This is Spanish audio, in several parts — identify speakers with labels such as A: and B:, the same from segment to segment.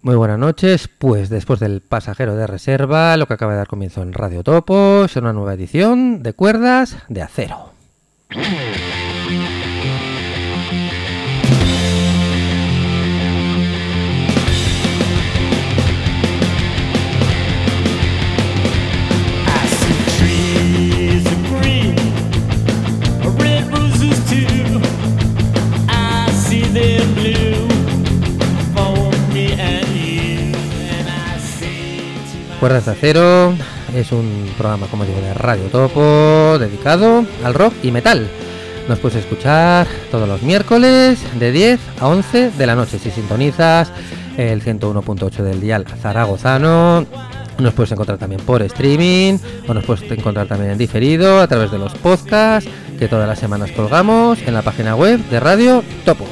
A: Muy buenas noches, pues después del pasajero de reserva, lo que acaba de dar comienzo en Radio Topo es una nueva edición de Cuerdas de Acero. Cuerdas de Acero es un programa, como digo, de Radio Topo dedicado al rock y metal. Nos puedes escuchar todos los miércoles de 10 a 11 de la noche si sintonizas el 101.8 del dial zaragozano. Nos puedes encontrar también por streaming o nos puedes encontrar también en diferido a través de los podcasts que todas las semanas colgamos en la página web de Radio Topo.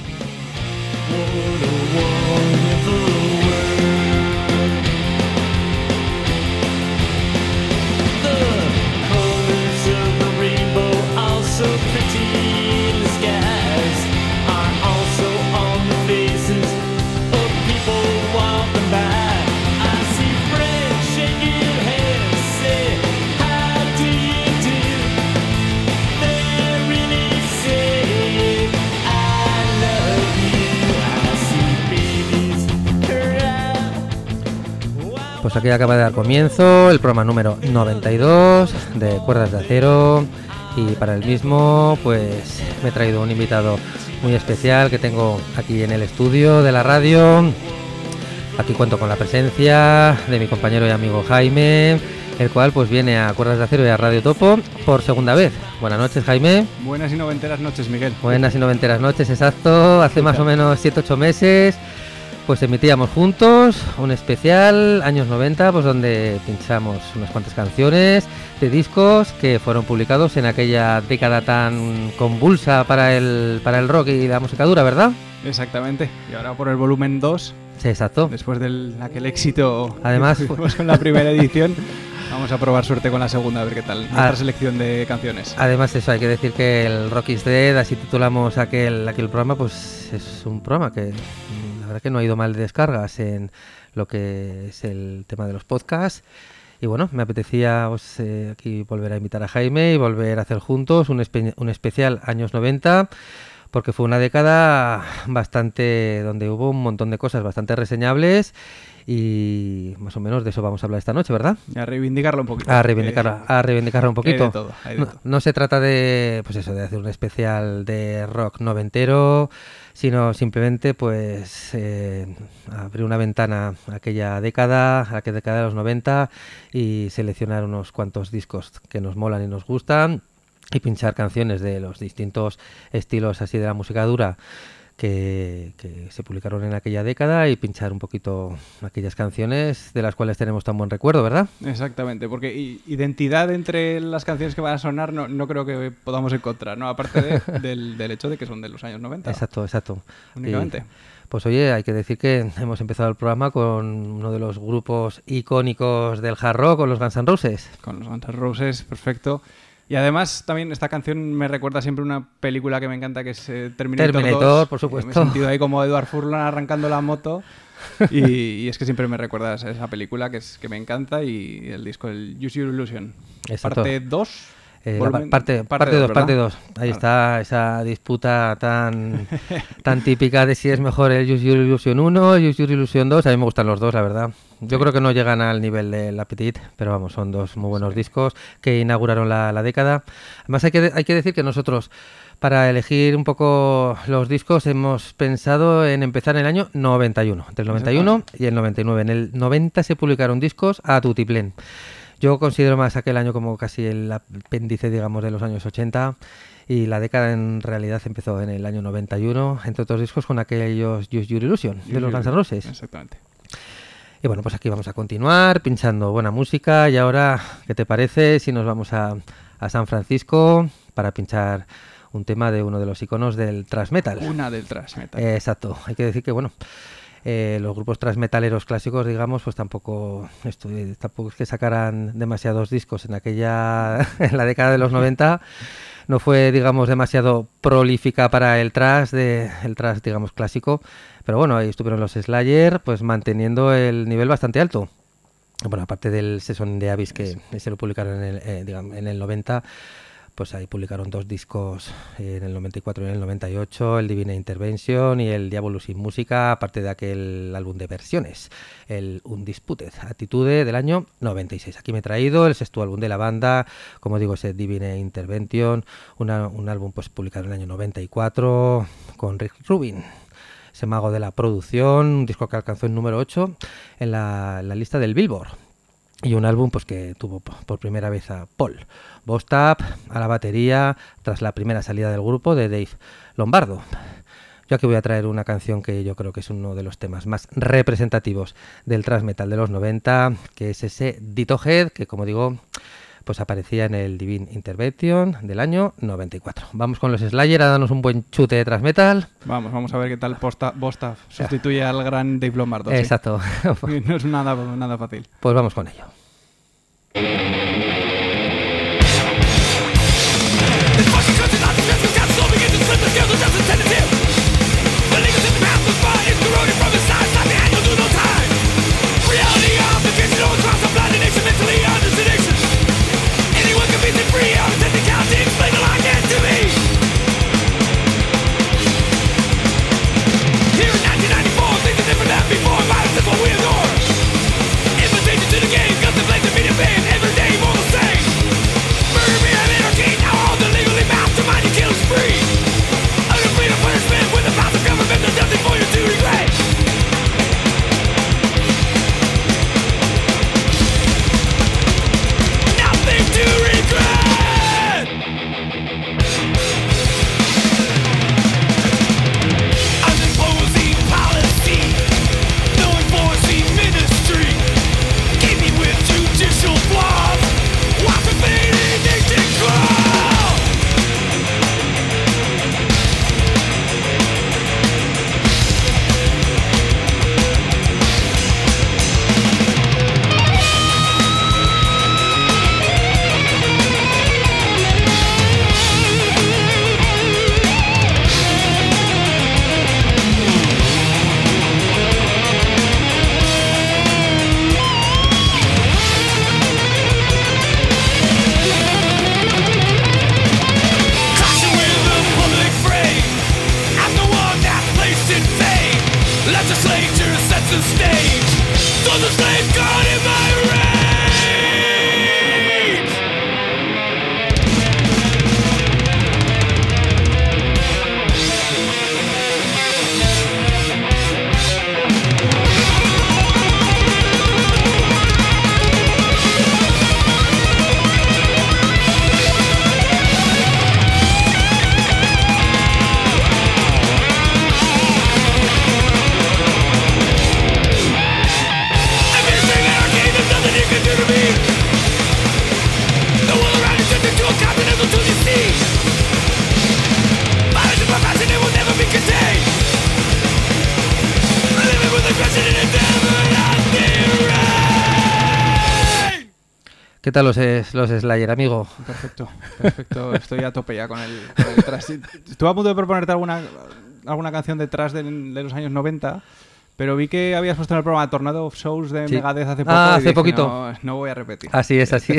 A: Pues aquí acaba de dar comienzo el programa número 92 de Cuerdas de Acero y para el mismo pues me he traído un invitado muy especial que tengo aquí en el estudio de la radio. Aquí cuento con la presencia de mi compañero y amigo Jaime, el cual pues viene a Cuerdas de Acero y a Radio Topo por segunda vez. Buenas noches, Jaime.
B: Buenas y noventeras noches, Miguel.
A: Buenas y noventeras noches, exacto. Hace más o menos 7-8 meses pues emitíamos juntos un especial años 90, pues donde pinchamos unas cuantas canciones de discos que fueron publicados en aquella década tan convulsa para el rock y la música dura, ¿verdad?
B: Exactamente. Y ahora por el volumen 2.
A: Sí, exacto.
B: Después de aquel éxito
A: además
B: que tuvimos con la primera edición, vamos a probar suerte con la segunda, a ver qué tal nuestra selección de canciones.
A: Además eso, hay que decir que el Rock is Dead, así titulamos aquel programa, pues es un programa que la verdad que no ha ido mal de descargas en lo que es el tema de los podcasts. Y bueno, me apetecía pues, aquí volver a invitar a Jaime y volver a hacer juntos un especial años 90, porque fue una década bastante donde hubo un montón de cosas bastante reseñables y más o menos de eso vamos a hablar esta noche, ¿verdad?
B: A reivindicarlo un poquito.
A: A reivindicarlo un poquito.
B: Hay de todo, hay de todo.
A: No se trata de, pues eso, de hacer un especial de rock noventero, sino simplemente pues abrir una ventana a aquella década de los 90 y seleccionar unos cuantos discos que nos molan y nos gustan y pinchar canciones de los distintos estilos así de la música dura que se publicaron en aquella década y pinchar un poquito aquellas canciones de las cuales tenemos tan buen recuerdo, ¿verdad?
B: Exactamente, porque identidad entre las canciones que van a sonar no creo que podamos encontrar, ¿no? Aparte del hecho de que son de los años 90.
A: Exacto.
B: Únicamente.
A: Pues oye, hay que decir que hemos empezado el programa con uno de los grupos icónicos del hard rock, con los Guns N' Roses.
B: Con los Guns N' Roses, perfecto. Y además también esta canción me recuerda siempre una película que me encanta, que es Terminator 2.
A: Por supuesto.
B: Me he sentido ahí como Edward Furlong arrancando la moto y es que siempre me recuerda a esa película que me encanta y el disco, el Use Your Illusion.
A: Exacto.
B: Parte 2.
A: Parte 2. Ahí está esa disputa tan típica de si es mejor el Use Your Illusion 1 o Use Your Illusion 2. A mí me gustan los dos, la verdad. Yo creo que no llegan al nivel del Appetite, pero vamos, son dos muy buenos discos que inauguraron la década. Además hay que decir que nosotros, para elegir un poco los discos, hemos pensado en empezar en el año 91, entre el 91 y el 99. En el 90 se publicaron discos a tutiplén. Yo considero más aquel año como casi el apéndice, digamos, de los años 80 y la década en realidad empezó en el año 91, entre otros discos con aquellos Use Your Illusion de los Guns N' Roses.
B: Exactamente.
A: Y bueno, pues aquí vamos a continuar pinchando buena música y ahora, ¿qué te parece si nos vamos a San Francisco para pinchar un tema de uno de los iconos del thrash metal?
B: Una del thrash metal.
A: Exacto. Hay que decir que, bueno, los grupos thrash metaleros clásicos, digamos, pues tampoco es que sacaran demasiados discos en la década de los 90. No fue, digamos, demasiado prolífica para el thrash, digamos, clásico. Pero bueno, ahí estuvieron los Slayer, pues manteniendo el nivel bastante alto. Bueno, aparte del Season de Abyss, que se lo publicaron en el 90, pues ahí publicaron 2 discos en el 94 y en el 98, el Divine Intervention y el Diabolus in Música, aparte de aquel álbum de versiones, el Undisputed Attitude del año 96. Aquí me he traído el 6º álbum de la banda, como digo, ese Divine Intervention, un álbum pues publicado en el año 94 con Rick Rubin, ese mago de la producción, un disco que alcanzó el número 8 en la lista del Billboard. Y un álbum pues que tuvo por primera vez a Paul Bostaph a la batería tras la primera salida del grupo de Dave Lombardo. Yo aquí voy a traer una canción que yo creo que es uno de los temas más representativos del thrash metal de los 90, que es ese Ditto Head, que como digo, pues aparecía en el Divine Intervention del año 94. Vamos con los Slayer a darnos un buen chute de thrash metal.
B: Vamos a ver qué tal Bostaph sustituye al gran Dave Lombardo.
A: Exacto.
B: ¿Sí? No es nada fácil.
A: Pues vamos con ello. ¿Qué tal los Slayer, amigo?
B: Perfecto. Estoy a tope ya con el thrash. Estuve a punto de proponerte alguna canción de thrash de los años 90, pero vi que habías puesto en el programa Tornado of Souls de Megadeth hace poco.
A: Hace
B: dije,
A: poquito.
B: No voy a repetir.
A: Así es.
B: Te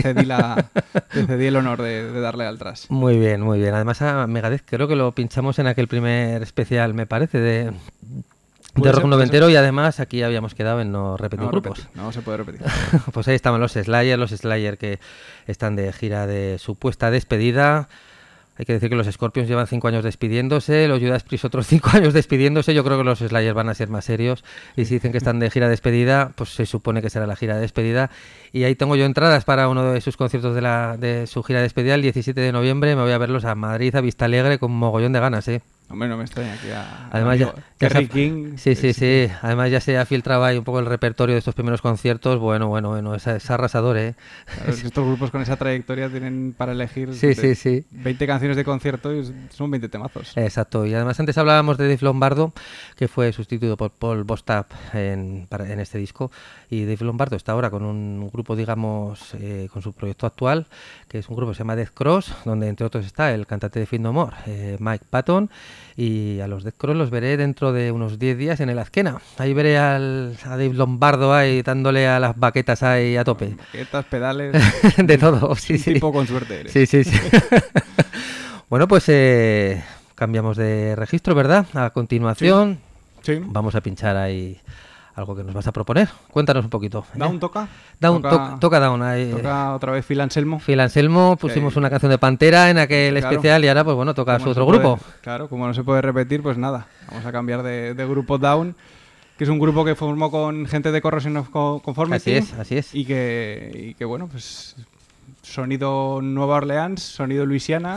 B: cedí el honor de darle al thrash.
A: Muy bien. Además a Megadeth creo que lo pinchamos en aquel primer especial, me parece, de rock noventero, y además aquí habíamos quedado en no repetir grupos.
B: No se puede repetir.
A: Pues ahí estaban los Slayer que están de gira de supuesta despedida. Hay que decir que los Scorpions llevan 5 años despidiéndose, los Judas Priest otros 5 años despidiéndose. Yo creo que los Slayer van a ser más serios, y si dicen que están de gira de despedida, pues se supone que será la gira de despedida. Y ahí tengo yo entradas para uno de sus conciertos de su gira de despedida el 17 de noviembre. Me voy a verlos a Madrid, a Vistalegre, con mogollón de ganas, ¿eh?
B: Hombre, no me extraña aquí a
A: además
B: Kerry King.
A: Sí. Además ya se ha filtrado ahí un poco el repertorio de estos primeros conciertos. Bueno, es arrasador, ¿eh?
B: Claro, estos grupos con esa trayectoria tienen para elegir
A: sí.
B: 20 canciones de concierto y son 20 temazos.
A: Exacto. Y además antes hablábamos de Dave Lombardo, que fue sustituido por Paul Bostaph en este disco. Y Dave Lombardo está ahora con un grupo, digamos, con su proyecto actual, que es un grupo que se llama Death Cross, donde entre otros está el cantante de Fear No More, Mike Patton, Y a los Death Cross los veré dentro de unos 10 días en el Azkena. Ahí veré a Dave Lombardo ahí dándole a las baquetas ahí a tope.
B: Baquetas, pedales...
A: de todo, sí, sí.
B: Tipo con suerte eres.
A: Sí, sí, sí. Bueno, pues cambiamos de registro, ¿verdad? A continuación
B: Sí.
A: vamos a pinchar ahí algo que nos vas a proponer. Cuéntanos un poquito.
B: ¿Down toca?
A: Toca Down. Ahí,
B: toca otra vez Phil Anselmo.
A: Phil Anselmo, pusimos una canción de Pantera en aquel
B: Claro.
A: especial y ahora pues bueno, toca su otro grupo.
B: Claro, como no se puede repetir, pues nada. Vamos a cambiar de grupo Down, que es un grupo que formó con gente de Corrosion of Conformity.
A: Así es.
B: Y que bueno, pues sonido Nueva Orleans, sonido Luisiana.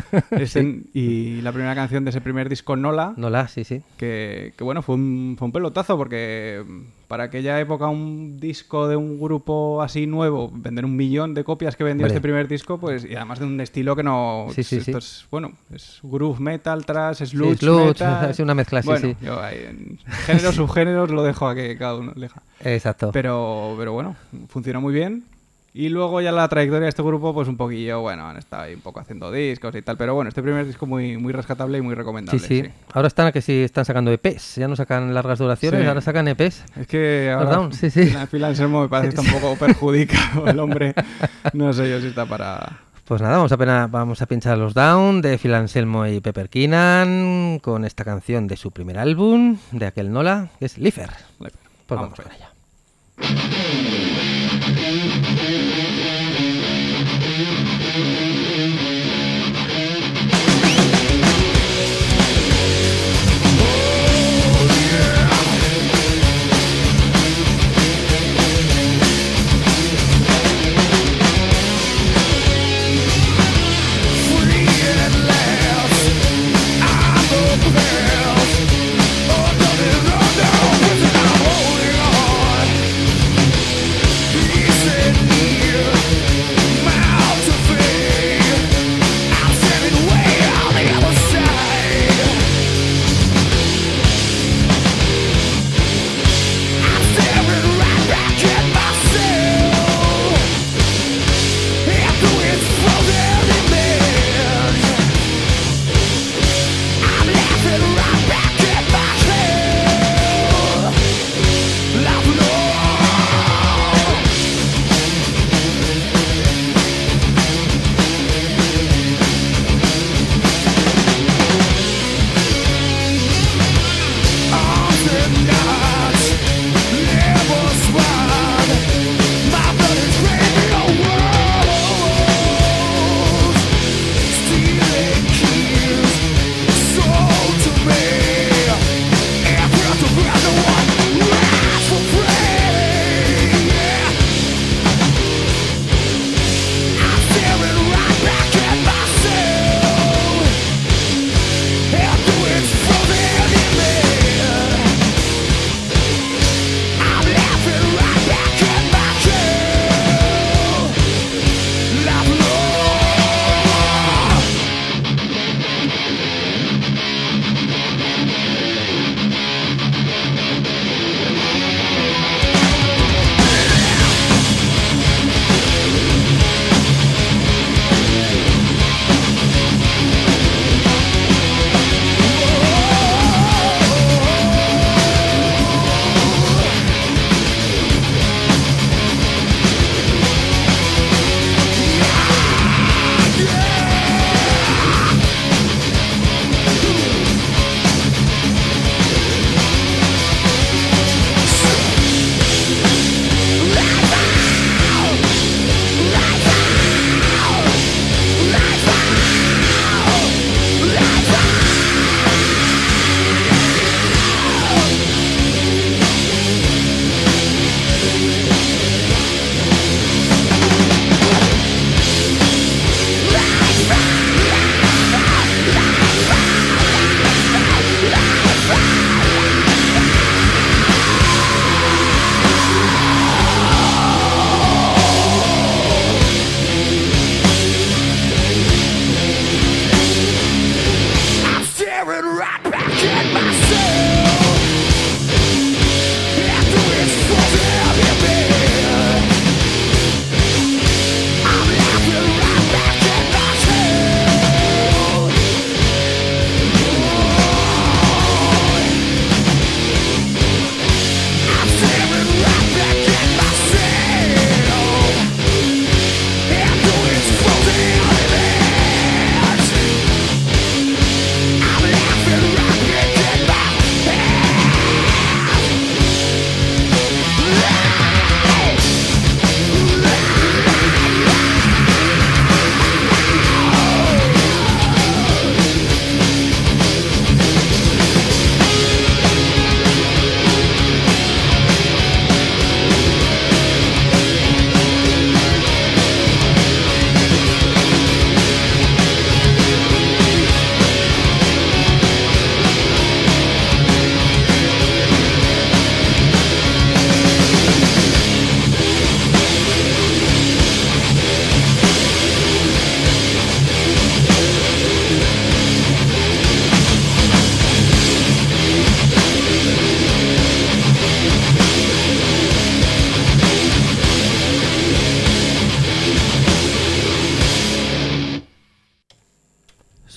B: Y la primera canción de ese primer disco, Nola.
A: Nola, sí, sí.
B: Que bueno, fue un pelotazo, porque para aquella época un disco de un grupo así nuevo, vender 1 millón de copias que vendió este primer disco, pues, y además de un estilo que no...
A: Sí.
B: Es, bueno, es groove metal, thrash, sludge metal...
A: Es una mezcla, sí,
B: bueno,
A: sí.
B: Yo ahí en géneros, subgéneros lo dejo a que cada uno elija.
A: Exacto.
B: Pero bueno, funcionó muy bien. Y luego ya la trayectoria de este grupo, pues un poquillo, bueno, han estado ahí un poco haciendo discos y tal, pero bueno, este primer disco muy rescatable y muy recomendable.
A: Sí. Ahora están sacando EPs, ya no sacan largas duraciones, ahora sacan EPs.
B: Es que ahora Phil Anselmo me parece que está un poco perjudicado el hombre, no sé yo si está para...
A: Pues nada, vamos a pinchar los Down de Phil Anselmo y Pepper Keenan con esta canción de su primer álbum, de aquel Nola, que es Lifer. Pues vamos con ella.
C: Holding on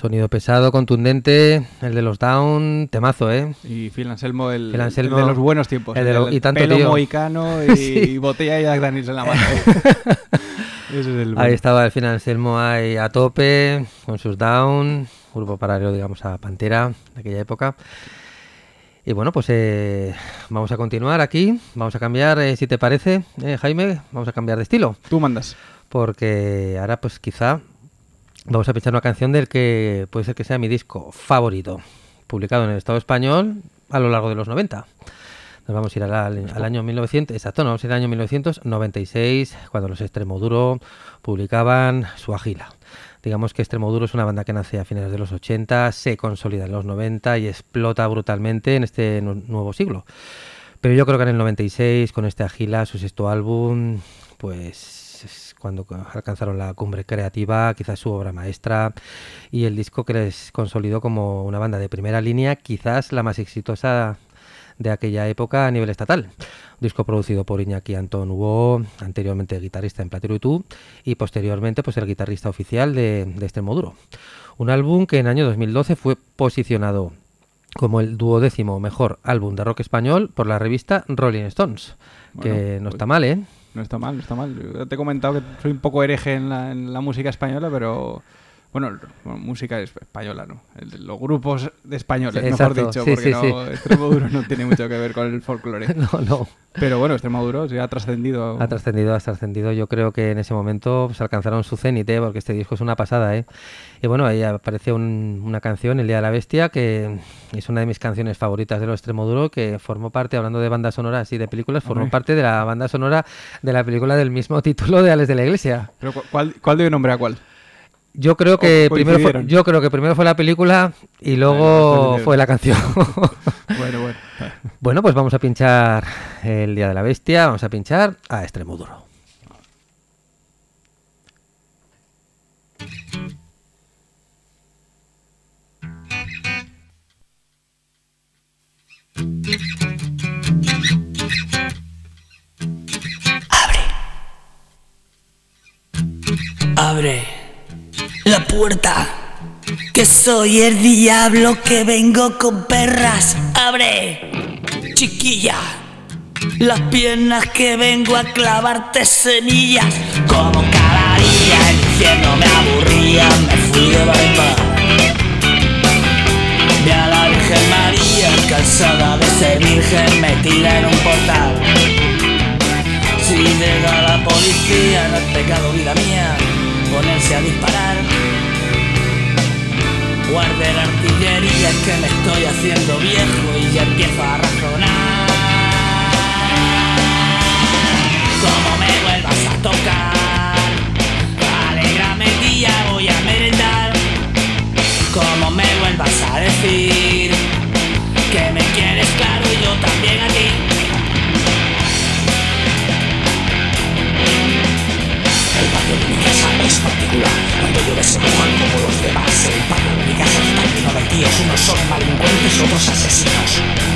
A: Sonido pesado, contundente, el de los Down, temazo, ¿eh?
B: Y Phil Anselmo, el
A: Phil Anselmo,
B: el de los buenos tiempos.
A: y tanto
B: pelo
A: tío.
B: mohicano y,
A: Sí.
B: y botella de Jack Daniels en la mano. Ese es el bueno.
A: Ahí estaba el Phil Anselmo ahí a tope, con sus Down, grupo paralelo, digamos, a Pantera de aquella época. Y bueno, pues vamos a continuar aquí, vamos a cambiar, si te parece, Jaime, vamos a cambiar de estilo.
B: Tú mandas.
A: Porque ahora pues quizá vamos a pinchar una canción del que puede ser que sea mi disco favorito, publicado en el Estado español a lo largo de los 90. Nos vamos a ir al año 1900, exacto, nos vamos a ir al año 1996, cuando los Extremoduro publicaban Su Agila. Digamos que Extremoduro es una banda que nace a finales de los 80, se consolida en los 90 y explota brutalmente en este nuevo siglo. Pero yo creo que en el 96, con este Agila, su sexto álbum, pues es cuando alcanzaron la cumbre creativa, quizás su obra maestra, y el disco que les consolidó como una banda de primera línea, quizás la más exitosa de aquella época a nivel estatal. Un disco producido por Iñaki Antón Hugo, anteriormente guitarrista en Platero y Tú, y posteriormente pues el guitarrista oficial de Extremoduro. Un álbum que en el año 2012 fue posicionado como el 12º mejor álbum de rock español por la revista Rolling Stones,
B: Bueno,
A: que no
B: pues
A: está mal, ¿eh?
B: No está mal, no está mal. Yo te he comentado que soy un poco hereje en la música española, pero... Bueno, música española, ¿no? Los grupos de españoles,
A: Exacto,
B: mejor dicho,
A: sí,
B: porque
A: sí,
B: no, Extremoduro no tiene mucho que ver con el folclore.
A: No.
B: Pero bueno, Extremoduro sí ha trascendido.
A: Ha trascendido. Yo creo que en ese momento pues, alcanzaron su cenit, porque este disco es una pasada, ¿eh? Y bueno, ahí aparece una canción, El Día de la Bestia, que es una de mis canciones favoritas de los Extremoduro, que formó parte, hablando de bandas sonoras y de películas, formó parte de la banda sonora de la película del mismo título de Ales de la Iglesia.
B: ¿Pero cuál dio nombre a cuál?
A: Yo creo que primero fue la película y luego fue la canción.
B: Bueno.
A: Bueno, pues vamos a pinchar El Día de la Bestia, vamos a pinchar a Extremoduro.
C: Abre la puerta, que soy el diablo que vengo con perras. Abre, chiquilla, las piernas que vengo a clavarte semillas. Como cada día el infierno me aburría, me fui de bypass. Vi a la Virgen María, cansada de ser virgen, me tira en un portal. Si llega la policía, no es pecado, vida mía, ponerse a disparar. Guarde la artillería, es que me estoy haciendo viejo y ya empiezo a razonar. Como me vuelvas a tocar, alégrame el día, voy a merendar. Como me vuelvas a decir que me quieres claro y yo también a ti. El patio de mi casa es particular. Cuando llueve se mojan como los demás. El patio de mi casa está lleno de tíos. Unos son malincuentes, otros asesinos.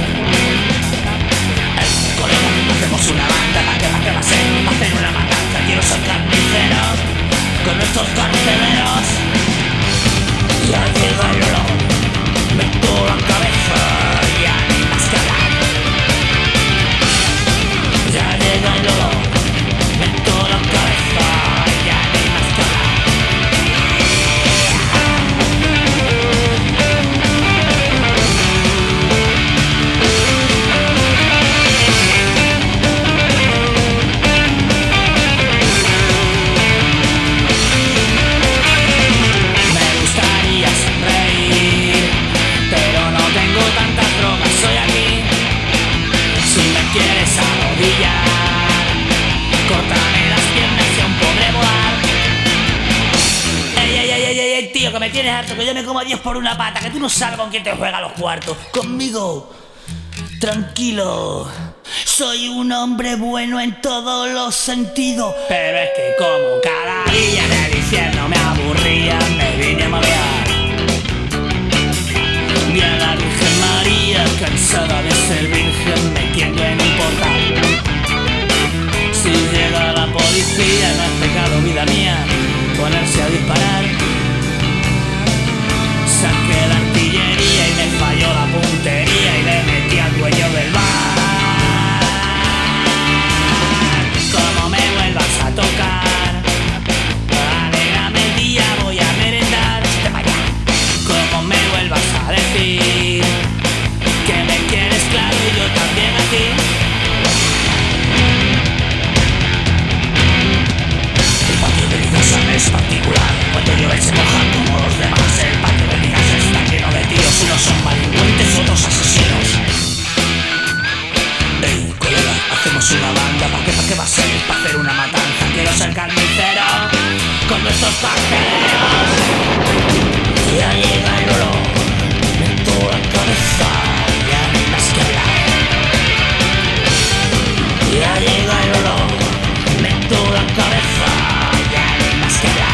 C: Colega, hacemos una banda. ¿Para qué va a ser? Hacer una matanza. Quiero ser carnicero con estos carceleros. Ya llega el olor, meto la cabeza, ya ni más que hablar. Ya llega el olor, meto la cabeza, ya ni más que hablar. Me gustaría sonreír, pero no tengo tantas drogas, soy aquí. Si me quieres arrodillar, córtame las piernas y aún podré volar. Ey, tío, que me tienes harto, que yo me como a 10 por una pata, que tú no sabes con quién te juega los cuartos. Conmigo, tranquilo, soy un hombre bueno en todos los sentidos. Pero es que como cada día del infierno me aburría, me vine a marear. Vi a la Virgen María, cansada de ser virgen, metiendo en un portal. Si llega la policía, no es pecado, vida mía, ponerse a disparar. saqué la artillería y me falló la puntería y le metí al dueño del bar. Como me vuelvas a tocar, alégrame el día, voy a merendar. Como me vuelvas a decir que me quieres claro y yo también a ti. El patio de mi casa no es particular. Cuando llueve se mojan como los demás. El patio de mi casa está lleno de tíos. Unos son delincuentes, otros asesinos. Ey, colega, hacemos una banda. ¿Pa' qué va a ser? ¿Pa' hacer una matanza? Quiero ser carnicero con nuestros pasteleros. Ya llega el olor de toda la cabeza. Ya no hay más que hablar. Ya llega el olor de toda la cabeza. Ya no hay más que hablar.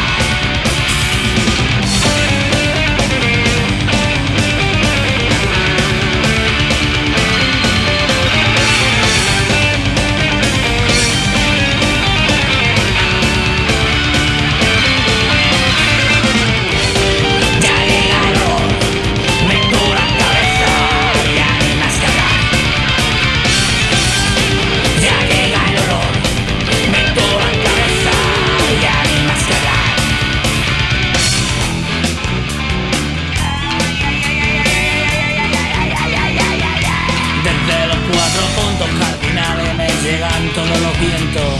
C: Todos los vientos.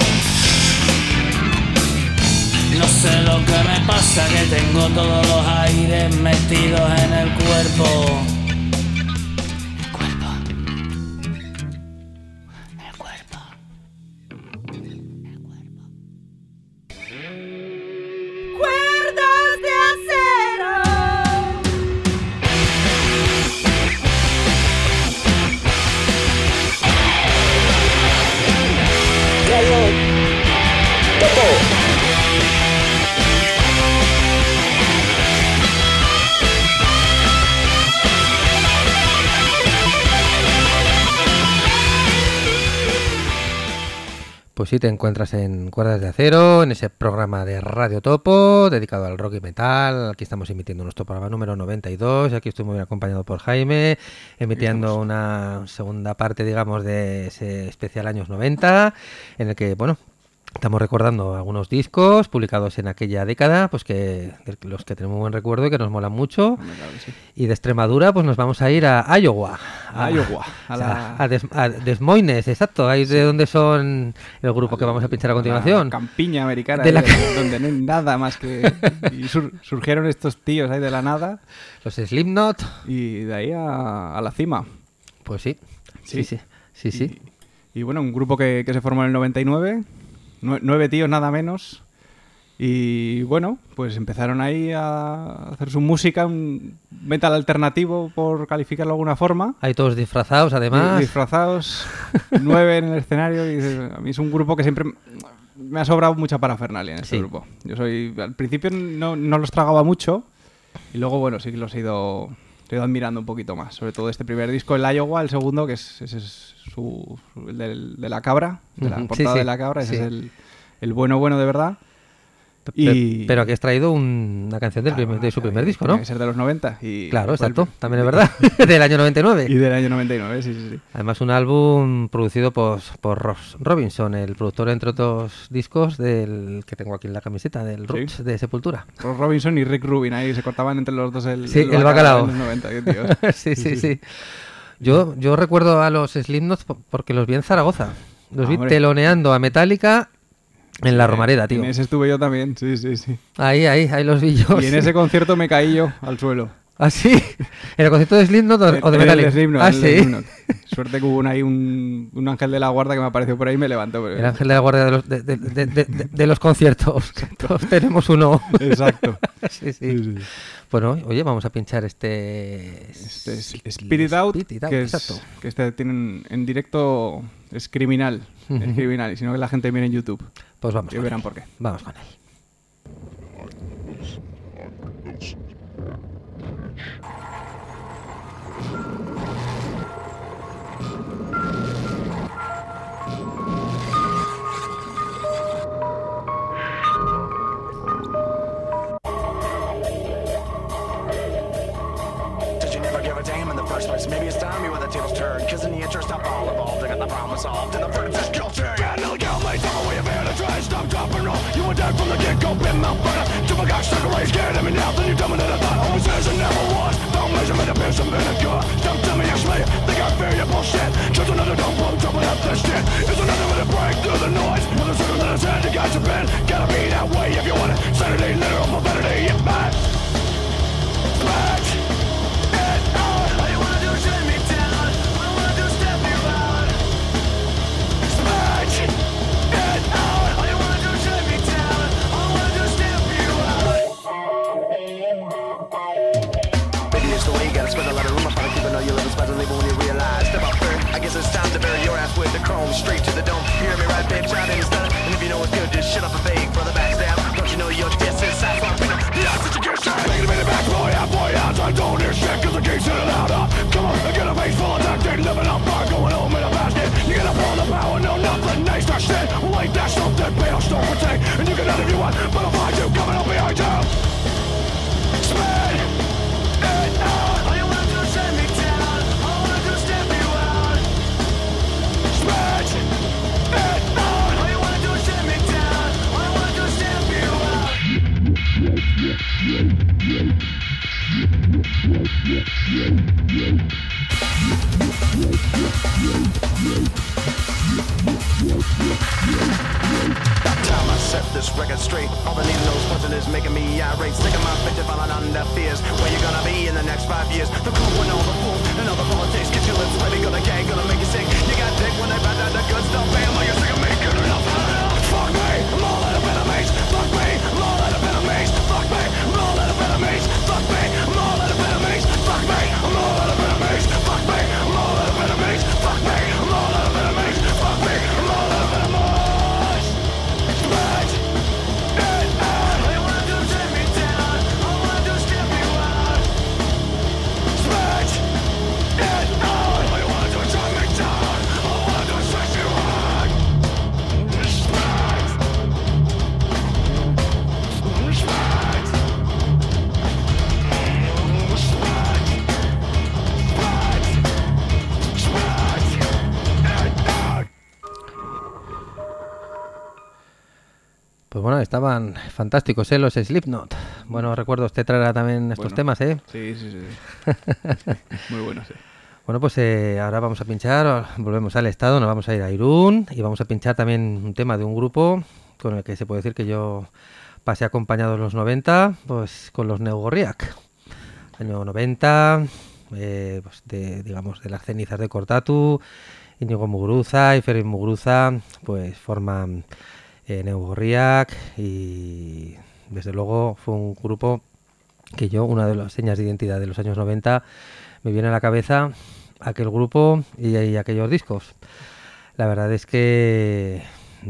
C: No sé lo que me pasa, que tengo todos los aires metidos en el cuerpo. El cuerpo.
D: Cuerdas de acero.
A: Pues sí, te encuentras en Cuerdas de Acero, en ese programa de Radio Topo, dedicado al rock y metal. Aquí estamos emitiendo nuestro programa número 92, y aquí estoy muy bien acompañado por Jaime, emitiendo una segunda parte, digamos, de ese especial años 90, en el que, bueno, estamos recordando algunos discos publicados en aquella década, pues que de los que tenemos buen recuerdo y que nos molan mucho.
B: Claro que sí.
A: Y de Extremadura, pues nos vamos a ir a Iowa. A Des Moines, exacto. Ahí de donde son el grupo que vamos a pinchar a continuación.
B: La campiña americana,
A: De la
B: donde no hay nada más que... Y surgieron estos tíos ahí de la nada.
A: Los Slipknot.
B: Y de ahí a la cima.
A: Pues sí. Sí.
B: Y bueno, un grupo que se formó en el 99... 9 tíos nada menos. Y bueno, pues empezaron ahí a hacer su música, un metal alternativo, por calificarlo de alguna forma.
A: Hay todos disfrazados, además.
B: Disfrazados, 9 en el escenario. Y a mí es un grupo que siempre me ha sobrado mucha parafernalia en este grupo. Yo al principio no los tragaba mucho. Y luego, bueno, sí que los he ido admirando un poquito más. Sobre todo este primer disco, el Iowa, el segundo, que es el de la cabra, de la portada de la cabra. Ese es el bueno de verdad.
A: Pero aquí has traído una canción de su primer disco, ¿no?
B: Tiene que ser de los 90.
A: Claro, exacto. También es verdad. Del año 99.
B: Y del año 99, sí.
A: Además, un álbum producido por Ross Robinson, el productor, entre otros discos, del que tengo aquí en la camiseta, del Roots de Sepultura.
B: Ross Robinson y Rick Rubin, ahí se cortaban entre los dos el
A: bacalao.
B: En los 90, tío.
A: Sí. Yo recuerdo a los Slipknot porque los vi en Zaragoza. Los vi teloneando a Metallica en la Romareda, tío.
B: En ese estuve yo también, sí.
A: Ahí los vi yo.
B: Y en ese concierto me caí yo al suelo.
A: ¿Ah, sí? ¿En el concierto de Slipknot o de Metallica?
B: Slipknot. Suerte que hubo ahí un ángel de la guarda que me apareció por ahí y me levantó.
A: El ángel de la guardia de los conciertos. Todos tenemos uno.
B: Exacto.
A: Sí. Bueno, oye, vamos a pinchar este
B: Spirit Out, que tienen en directo, es criminal. Es criminal, y si no que la gente mire en YouTube.
A: Pues vamos.
B: Y verán por qué.
A: Vamos con él.
E: first place. Maybe it's time you where the tables turn, cause in the interest of all involved, I got the problem solved, and the verdict is guilty. Yeah, no, you made some way of it, I try to stop, drop, and roll. You were dead from the get-go, been motherfucker. Took my cock, stuck away, scared at me now, then you dominate, I thought always is and never was. Don't measurement of beer, some vinegar. Don't tell me you're me, think I fear your bullshit. Just another dumb blow, jumping up this shit. It's another way to break through the noise. With a circle that has had, you got your pen. Gotta be that way if you want it. Sanity, literal mobility, yeah, man. Smash it out. All you wanna do is shut me down. All I wanna do is step you out. Smash it out. All you wanna do is shut me down. All I wanna do is step you out. Maybe it's the way you gotta spread a lot of rumors, trying to keep all your little spots and leave when you realize. Step out first. I guess it's time to bury your ass with the chrome straight to the dome. You hear me right, babe? Shout in the stunner. And if you know it's good, just shut up and fake for the backstab. Don't you know your diss is size for a pinner? The odds that you get shot. Making a minute back, boy, I don't hear shit, cause the gate's in and out. Come on, I get a face full of duct tape, living on fire, going home in a basket. You get up on the power, no, nothing, nice, that shit. Well, ain't that something, pay off, don't protect. And you can have if you want, but I'll find you coming up behind you. Spin it out. All you wanna do is shut me down. All I wanna do is step you out. Spin it out. All you wanna do is shut me down. All I wanna do is step you out. About time I set this record straight. All the needle nose puzzle is making me irate. Sticking my finger falling under fears. Where you gonna be in the next 5 years? The cool when all the fools and all the politics get your lips ready, gonna gang, gonna make you sick. You got dick when they bad out the good stuff. Bam, you're sick of me, good enough. Fuck me, I'm all out of enemies. Fuck me, I'm all out of enemies. Fuck me, I'm all out of enemies. Fuck me, I'm all out of enemies. Fuck me, I'm all out of enemies. Fuck me, I'm all out of enemies. Fuck me, I'm all out of enemies. Fuck me, I'm all out of enemies. Smash it out. All you wanna do is take me down. All I wanna do is step you out. Smash it out. All you wanna do is take me down. All I wanna do is step you out. Smash. Smash.
A: Pues bueno, estaban fantásticos, los Slipknot. Bueno, recuerdo, usted traerá también estos temas, ¿eh?
B: Sí. Muy bueno, sí.
A: Bueno, pues ahora vamos a pinchar, volvemos al estado, nos vamos a ir a Irún y vamos a pinchar también un tema de un grupo con el que se puede decir que yo pasé acompañado en los 90, pues con los Neugorriak. Año 90, pues digamos de las cenizas de Kortatu, Íñigo Muguruza y Ferenc Muguruza, pues forman Neugorriak y desde luego fue un grupo que yo, una de las señas de identidad de los años 90, me viene a la cabeza aquel grupo y aquellos discos. La verdad es que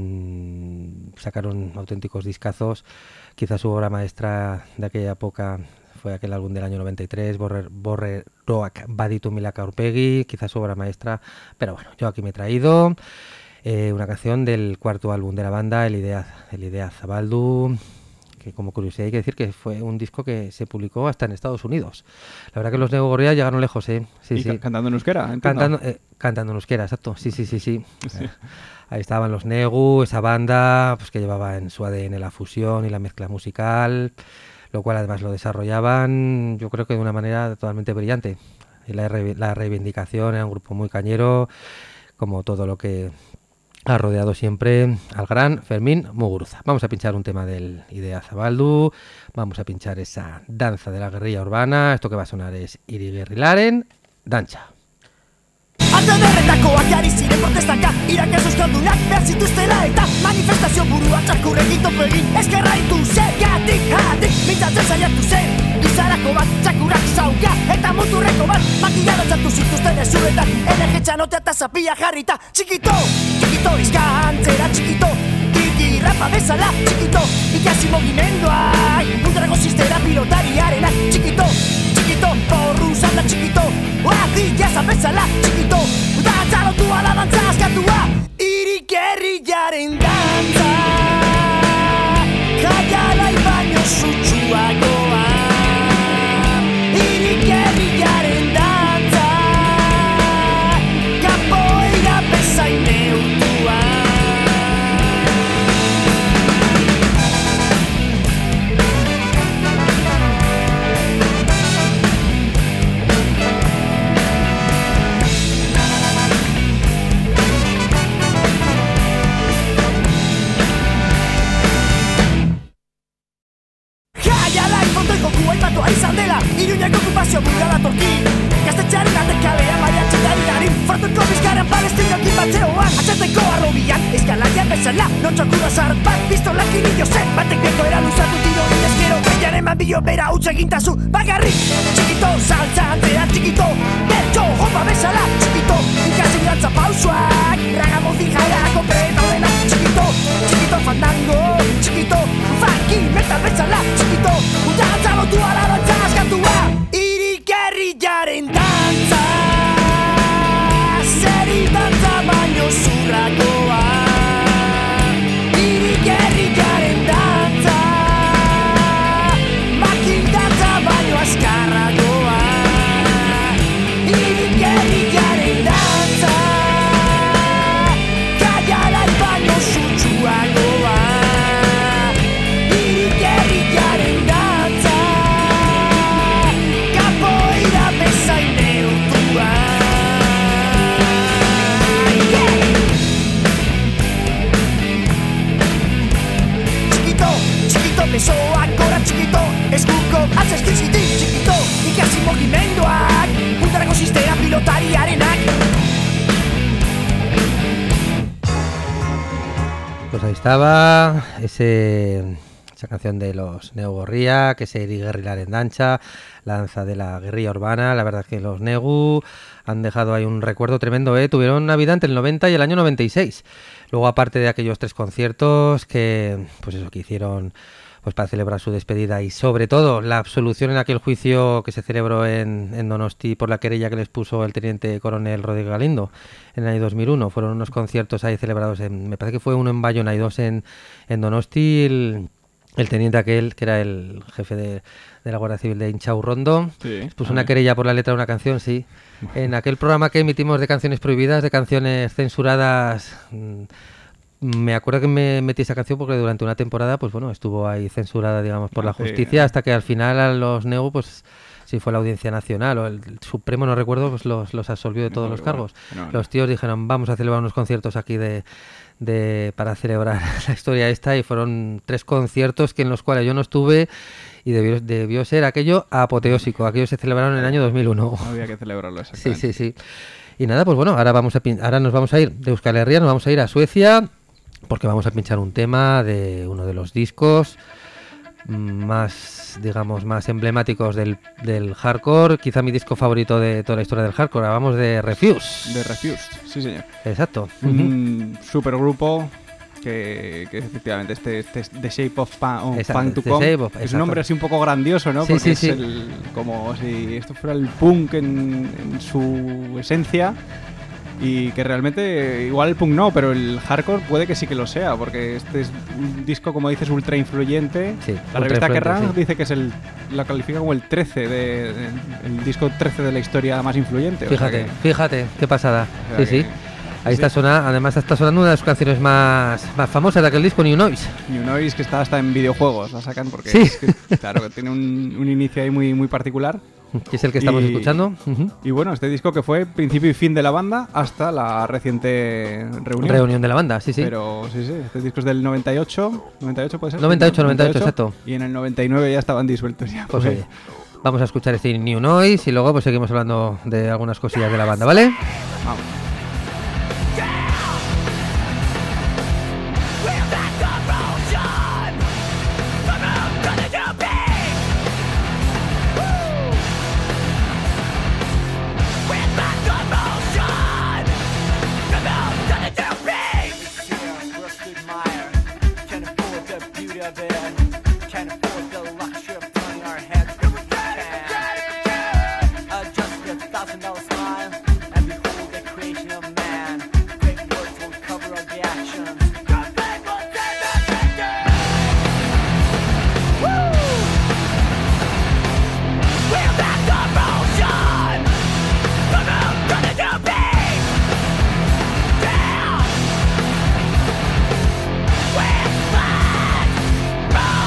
A: sacaron auténticos discazos. Quizás su obra maestra de aquella época fue aquel álbum del año 93, Borreroak Baditu Milaka Aurpegi, quizás su obra maestra, pero bueno, yo aquí me he traído una canción del cuarto álbum de la banda, El Idea Zabaldu, que como curiosidad hay que decir que fue un disco que se publicó hasta en Estados Unidos. La verdad que los Neugorriak llegaron lejos, ¿eh? Sí, sí.
B: Cantando en euskera,
A: cantando en euskera, exacto. Sí. Ahí estaban los Negu, esa banda pues que llevaba en su ADN la fusión y la mezcla musical, lo cual además lo desarrollaban, yo creo que de una manera totalmente brillante. Y la reivindicación, era un grupo muy cañero, como todo lo que ha rodeado siempre al gran Fermín Muguruza. Vamos a pinchar un tema del Idea Zabaldu, vamos a pinchar esa danza de la guerrilla urbana. Esto que va a sonar es Irigerrilaren Dantza.
C: Alde derretakoak ari ziren protestaka, irakaz euskaldunak behar zituztela eta manifestazio burua txakurrek egin eskerra ditu zergatik hatik mintzatzen saiatu zen izarako bat txakurrak zauka eta muturreko bat makila dantzatu zituzten ezuretan energetxanotea eta zapia jarrita txikito izkantzera txikito rapa bezala txikito ikasi mogimendua ultrago ziztera pilotariarena txikito porru zanda txikito Oatik eza bezala txikito Dantza lotua da dantza askatua Irigerrilaren dantza Jaialai baino sutsuagoa Irigerrilaren dantza bat pistola kirillo zen, batek beko eraluzatu tiro inezkero, baian eman bio bera utzegintazu bagarrik, txikito, saltza atzera txikito, bertxo, jopa bezala txikito, ikasi dantza pausuak, raga mozi jarako preta denak txikito, txikito fandango, txikito, funky metal bezala txikito, dantza lotua la dantza askatua, irik herriaren dantza, zeri dantza baino zurrakoa. Herriaren dantza, makin dantza baino azkarragoa. Irik herriaren dantza, kaialai baino sutsuagoa. Irik herriaren dantza, kapoeira bezain neurtua. Besoak gora txikito, eskuko atzeskizkitik txikito, ikasi mogimenduak, puntarako sistema pilotariarenak.
A: Pues ahí estaba esa canción de los Negu Gorriak, ese Iri Gerrilaren Dantza, la danza de la guerrilla urbana. La verdad es que los Negu han dejado ahí un recuerdo tremendo, ¿eh? Tuvieron una vida entre el 90 y el año 96. Luego, aparte de aquellos 3 conciertos que, pues eso, que hicieron pues para celebrar su despedida y sobre todo la absolución en aquel juicio que se celebró en Donosti por la querella que les puso el teniente coronel Rodríguez Galindo en el año 2001. Fueron unos conciertos ahí celebrados, me parece que fue uno en Bayona y 2 en Donosti. El teniente aquel, que era el jefe de la Guardia Civil de Inchau Rondo,
B: Sí,
A: puso una querella por la letra de una canción, sí. En aquel programa que emitimos de canciones prohibidas, de canciones censuradas, me acuerdo que me metí esa canción porque durante una temporada, pues bueno, estuvo ahí censurada, digamos, por la justicia, hasta que al final a los Negu, pues si fue la Audiencia Nacional o el Supremo, no recuerdo, pues los absolvió de todos los cargos. Los tíos dijeron, vamos a celebrar unos conciertos aquí para celebrar la historia esta, y fueron 3 conciertos en los cuales yo no estuve y debió ser aquello apoteósico. Aquellos se celebraron en el año 2001.
B: Había que celebrarlo, exactamente.
A: Sí, sí, sí. Y nada, pues bueno, ahora nos vamos a ir de Euskal Herria, nos vamos a ir a Suecia, porque vamos a pinchar un tema de uno de los discos más, digamos, más emblemáticos del hardcore, quizá mi disco favorito de toda la historia del hardcore. Hablamos de Refused.
B: De Refused, sí señor.
A: Exacto.
B: Un supergrupo que efectivamente este The Shape of Punk to Come es un nombre así un poco grandioso, ¿no?
A: Sí,
B: porque
A: sí,
B: es como si esto fuera el punk en su esencia. Y que realmente, igual el punk no, pero el hardcore puede que sí que lo sea, porque este es un disco, como dices, ultra influyente.
A: Sí,
B: la revista Kerrang!
A: Sí.
B: Dice que es la califica como el 13 el disco 13 de la historia más influyente.
A: Fíjate, qué pasada.
B: O sea
A: Sí. Ahí está sonando, además está sonando una de sus canciones más famosas de aquel disco, New Noise.
B: New Noise, que está hasta en videojuegos, la sacan porque
A: Sí.
B: Claro, que tiene un inicio ahí muy, muy particular.
A: Que es el que estamos escuchando.
B: Y bueno, este disco que fue principio y fin de la banda hasta la reciente reunión.
A: De la banda, sí.
B: Pero sí, este disco es del 98 puede ser.
A: 98, exacto.
B: Y en el 99 ya estaban disueltos ya.
A: Pues oye, vamos a escuchar este New Noise y luego pues seguimos hablando de algunas cosillas de la banda, ¿vale?
B: Vamos.
C: We're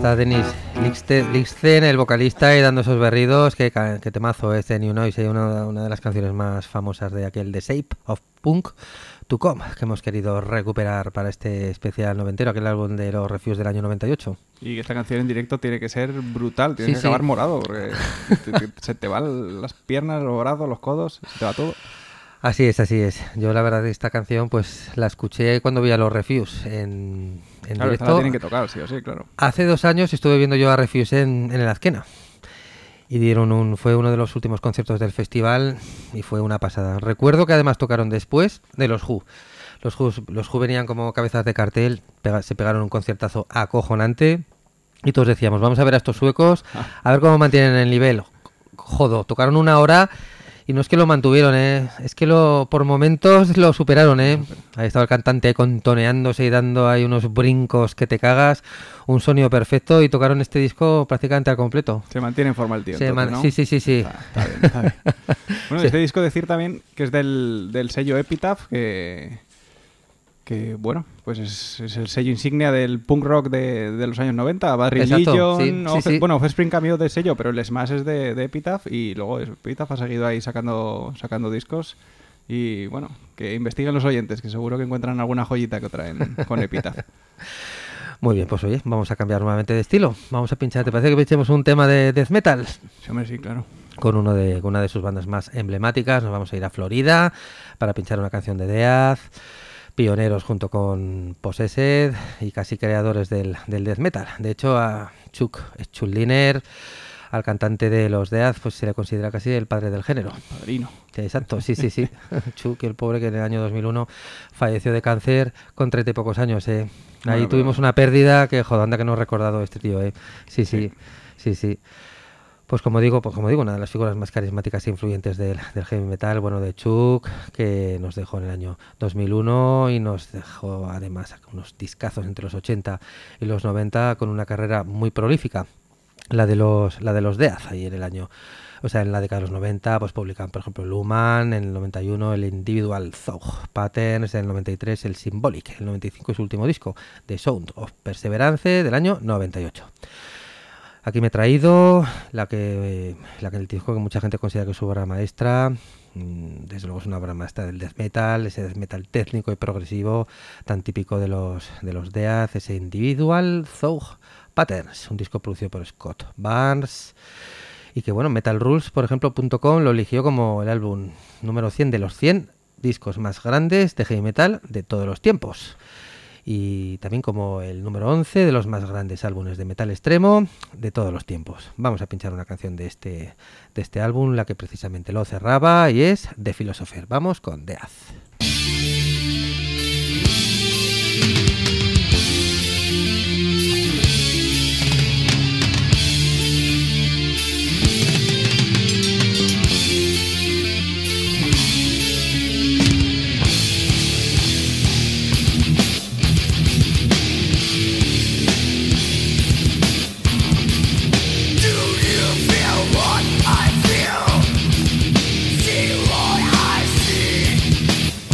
A: está Dennis Lyxzén, el vocalista, y dando esos berridos. Que temazo este New Noise, una de las canciones más famosas de aquel The Shape of Punk to Come, que hemos querido recuperar para este especial noventero, aquel álbum de los Refuse del año 98.
B: Y esta canción en directo tiene que ser brutal, tiene que acabar morado, porque se te van las piernas, los brazos, los codos, se te va todo.
A: Así es. Yo la verdad esta canción pues la escuché cuando vi a los Refuse en
B: claro,
A: directo.
B: Esta la tienen que tocar, sí o sí, claro.
A: Hace 2 años estuve viendo yo a Refuse en el Azkena. Y fue uno de los últimos conciertos del festival y fue una pasada. Recuerdo que además tocaron después de los Who. Los Who venían como cabezas de cartel, se pegaron un conciertazo acojonante y todos decíamos, vamos a ver a estos suecos, a ver cómo mantienen el nivel. Jodo, tocaron 1 hora y no es que lo mantuvieron, es que por momentos lo superaron. Ahí estaba el cantante contoneándose y dando ahí unos brincos que te cagas, un sonido perfecto, y tocaron este disco prácticamente al completo.
B: Se mantiene en forma el tío, entonces, ¿no?
A: Sí.
B: Está bien. Bueno, este disco decir también que es del sello Epitaph, que bueno, pues es el sello insignia del punk rock de los años 90. Bad Religion, bueno, Offspring cambió de sello, pero el Smash es de Epitaph, y luego Epitaph ha seguido ahí sacando discos. Y bueno, que investiguen los oyentes, que seguro que encuentran alguna joyita que traen con Epitaph.
A: Muy bien, pues oye, vamos a cambiar nuevamente de estilo. Vamos a pinchar, ¿te parece que pinchemos un tema de death metal?
B: Sí, hombre, sí, claro.
A: Con una de sus bandas más emblemáticas. Nos vamos a ir a Florida para pinchar una canción de Death, pioneros junto con Possessed y casi creadores del death metal. De hecho, a Chuck Schuldiner, al cantante de los Death, pues se le considera casi el padre del género.
B: El padrino.
A: Exacto, sí. Chuck, el pobre, que en el año 2001 falleció de cáncer con 30 y pocos años. Ahí bueno, tuvimos una pérdida que, joder, anda que no he recordado este tío. Sí. Pues como digo, una de las figuras más carismáticas e influyentes del heavy metal, bueno, de Chuck, que nos dejó en el año 2001 y nos dejó además unos discazos entre los 80 y los 90 con una carrera muy prolífica. La de los Death, ahí en la década de los 90, pues publican, por ejemplo, Luman, en el 91 el Individual Thought Patterns, en el 93 el Symbolic, en el 95 es su último disco, The Sound of Perseverance, del año 98. Aquí me he traído la que el disco que mucha gente considera que es su obra maestra. Desde luego es una obra maestra del death metal, ese death metal técnico y progresivo tan típico de los Death, ese Individual Thought Patterns, un disco producido por Scott Barnes y que, bueno, Metal Rules, por ejemplo, .com lo eligió como el álbum número 100 de los 100 discos más grandes de heavy metal de todos los tiempos. Y también como el número 11 de los más grandes álbumes de metal extremo de todos los tiempos. Vamos a pinchar una canción de este álbum, la que precisamente lo cerraba, y es The Philosopher. Vamos con Death.
F: See what I see.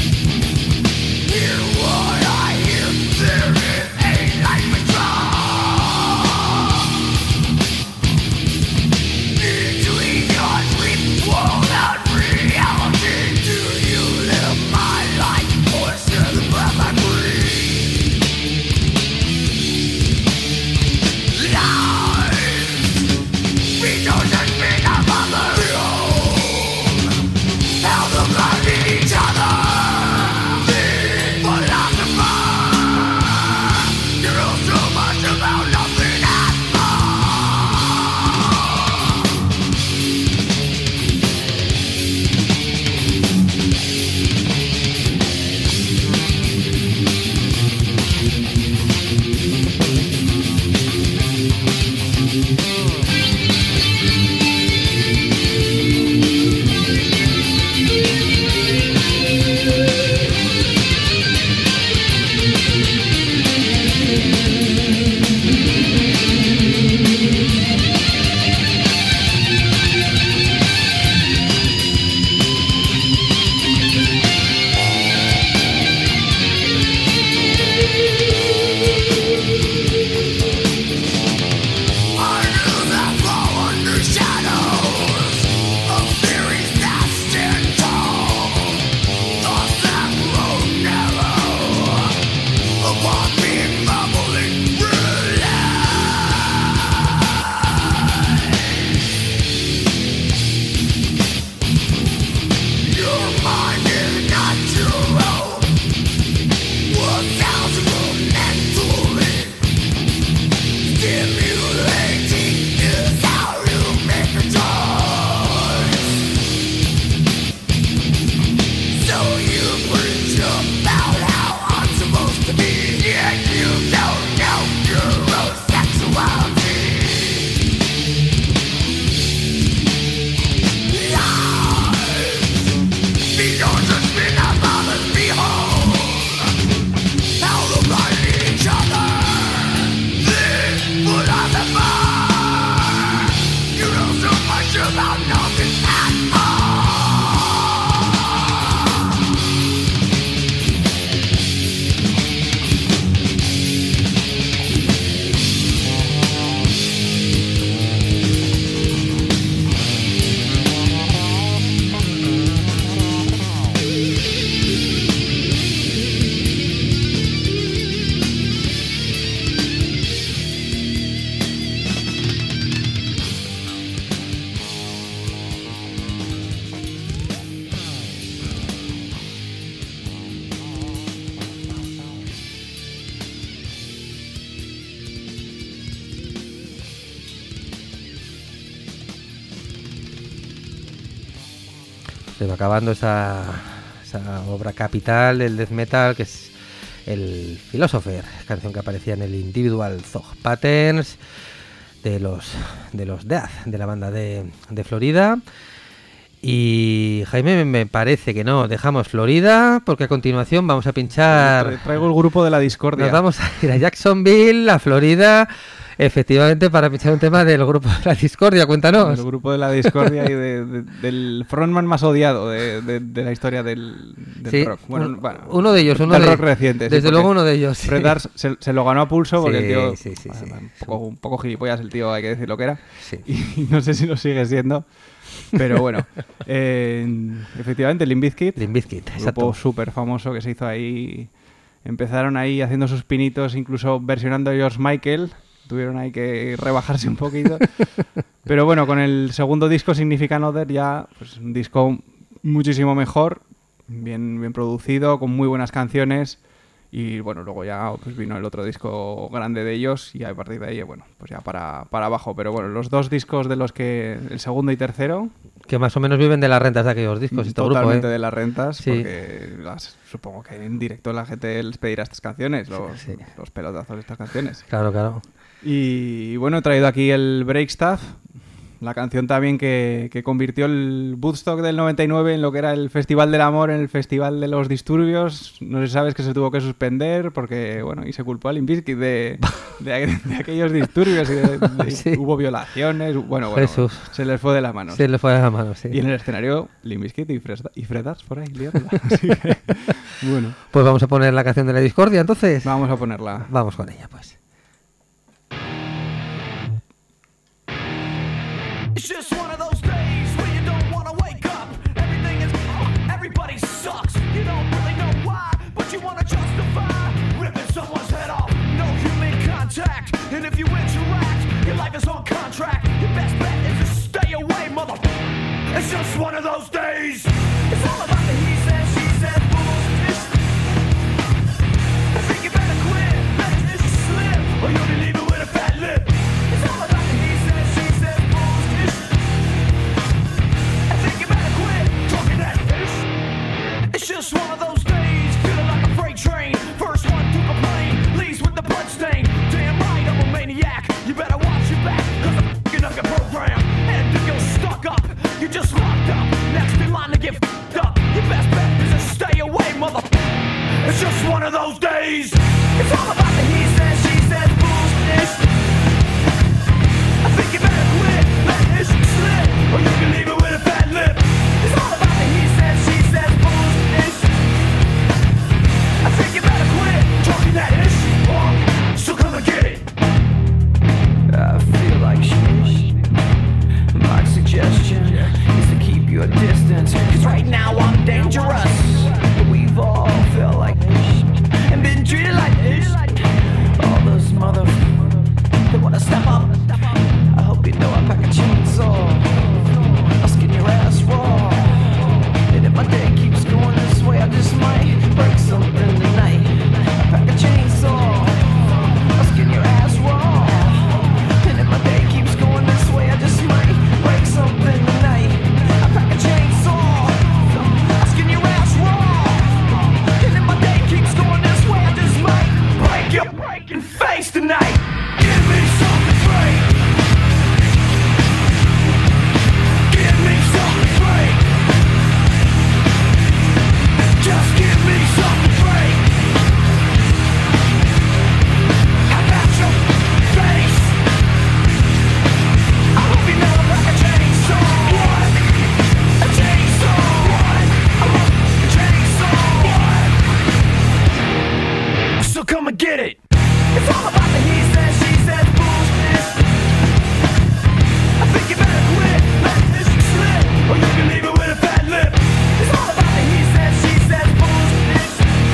A: Se va acabando esa obra capital del death metal, que es el Philosopher, canción que aparecía en el Individual Thought Patterns de los Death, de la banda de Florida. Y Jaime, me parece que no, dejamos Florida porque a continuación vamos a pinchar...
B: Traigo el grupo de la discordia.
A: Nos vamos a ir a Jacksonville, a Florida, efectivamente, para pinchar un tema del grupo de la discordia. Cuéntanos.
B: El grupo de la discordia y del frontman más odiado de la historia del
A: sí,
B: rock.
A: Uno de ellos,
B: del rock reciente.
A: Desde luego uno de ellos.
B: Fred Durst se lo ganó a pulso porque el tío...
A: Sí.
B: Un poco gilipollas el tío, hay que decir lo que era.
A: Sí.
B: Y no sé si lo sigue siendo. Pero bueno, efectivamente, Limp Bizkit, un grupo súper famoso que se hizo ahí. Empezaron ahí haciendo sus pinitos, incluso versionando a George Michael. Tuvieron ahí que rebajarse un poquito. Pero bueno, con el segundo disco, Significant Other, ya pues, un disco muchísimo mejor, bien producido, con muy buenas canciones. Y bueno, luego ya pues vino el otro disco grande de ellos y a partir de ahí, bueno, pues ya para abajo. Pero bueno, los dos discos de los que... el segundo y tercero...
A: Que más o menos viven de las rentas de aquellos discos.
B: Totalmente
A: grupo,
B: de las rentas,
A: sí.
B: Porque supongo que en directo la gente les pedirá estas canciones, los pelotazos de estas canciones.
A: Claro.
B: Y bueno, he traído aquí el Break Stuff, la canción también que convirtió el Woodstock del 99 en lo que era el Festival del Amor, en el Festival de los Disturbios. No sé si sabes que se tuvo que suspender porque, bueno, y se culpó a Limp Bizkit de aquellos disturbios y
A: sí.
B: Hubo violaciones. Bueno,
A: Jesús.
B: Se les fue de las manos.
A: Se les fue de las manos, sí.
B: Y en el escenario, Limp Bizkit y Fred Durst por ahí liándola. Así que, bueno.
A: Pues vamos a poner la canción de la discordia, entonces.
B: Vamos a ponerla.
A: Vamos con ella, pues.
E: It's just one of those days where you don't want to wake up. Everything is wrong, everybody sucks. You don't really know why, but you want to justify ripping someone's head off. No human contact, and if you interact, your life is on contract. Your best bet is to stay away, mother. It's just one of those days. It's all about the he said, she said bullshit. I think you better quit, let this slip, or you'll be leaving with a fat lip. It's all about the he said, she said bullshit. I think you better quit talking that fish. It's just one of those days, feeling like a freight train. First one to complain, leaves with the blood stain. Damn right, I'm a maniac. You better watch your back, cause I'm f***ing up your program. And if you're stuck up, you're just locked up. Next in line to get f***ed up. Your best bet is to stay away, mother. It's just one of those days. It's all about the he said, she said bullshit. I think you better quit, let this slip, or you can leave it with a bad lip. It's all about the he said, she said bullshit. I think you better quit talking that ish, so come and get it. I feel like shit. My suggestion is to keep your distance, cause right now I'm dangerous. We've all felt like this and been treated like this. All those motherfuckers, they wanna step up. I hope you know I pack a chainsaw. I'll skin your ass raw. And if my day keeps going this way, I just might break something tonight. I pack a chainsaw. I'll skin your ass raw. And if my day keeps going this way, I just might break something tonight. I pack a chainsaw. I'll skin your ass raw. And if my day keeps going this way, I just might break your breaking face tonight. Give me something to break. Give me something to break. Just give me something to break. How about your face? I hope you know like a chainsaw. What? A chainsaw. What? A chainsaw. What? So come and get it. It's all about the he said, she said bullshit. I think you better quit, let this slip, or you can leave it with a fat lip. It's all about the he said, she said bullshit.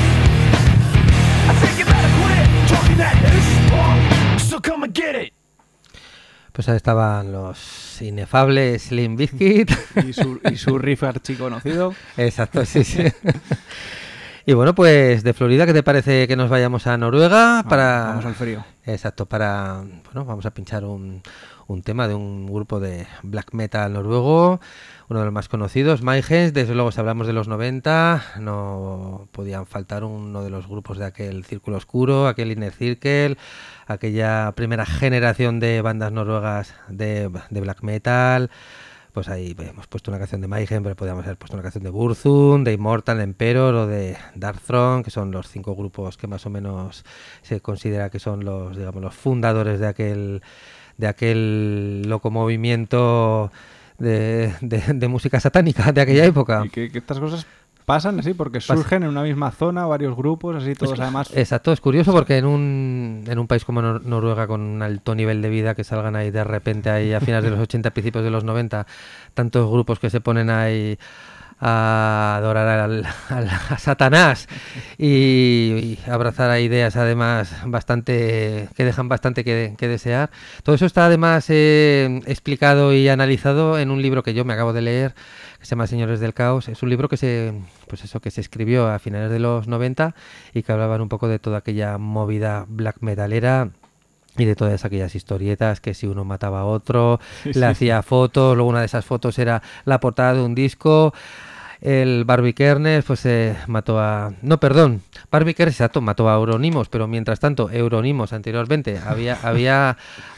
E: I think you better quit talking that ish, so come and get it.
A: Pues ahí estaban los inefables Limp Bizkit.
B: Y su riff archiconocido.
A: Exacto, sí. Y bueno, pues de Florida, ¿qué te parece que nos vayamos a Noruega?
B: Vamos al frío.
A: Exacto, vamos a pinchar un un tema de un grupo de black metal noruego, uno de los más conocidos, Mayhem. Desde luego, si hablamos de los 90, no podían faltar uno de los grupos de aquel Círculo Oscuro, aquel Inner Circle, aquella primera generación de bandas noruegas de black metal. Pues ahí hemos puesto una canción de Mayhem, pero podríamos haber puesto una canción de Burzum, de Immortal, de Emperor o de Darkthrone, que son los 5 grupos que más o menos se considera que son los, digamos, los fundadores de aquel loco movimiento de música satánica de aquella época.
B: Y que estas cosas pasan así porque surgen en una misma zona, varios grupos, así todos además.
A: Exacto, es curioso porque en un país como Noruega, con un alto nivel de vida, que salgan ahí de repente ahí a finales de los 80, principios de los 90, tantos grupos que se ponen ahí a adorar a Satanás y abrazar a ideas además que dejan bastante que desear. Todo eso está además explicado y analizado en un libro que yo me acabo de leer, que se llama Señores del Caos. Es un libro que se escribió a finales de los 90 y que hablaban un poco de toda aquella movida black metalera y de todas aquellas historietas, que si uno mataba a otro, le hacía fotos, luego una de esas fotos era la portada de un disco. El Barbie Kernes pues mató a... No, perdón, Barbie Kernes exacto, mató a Euronymous, pero mientras tanto Euronymous anteriormente había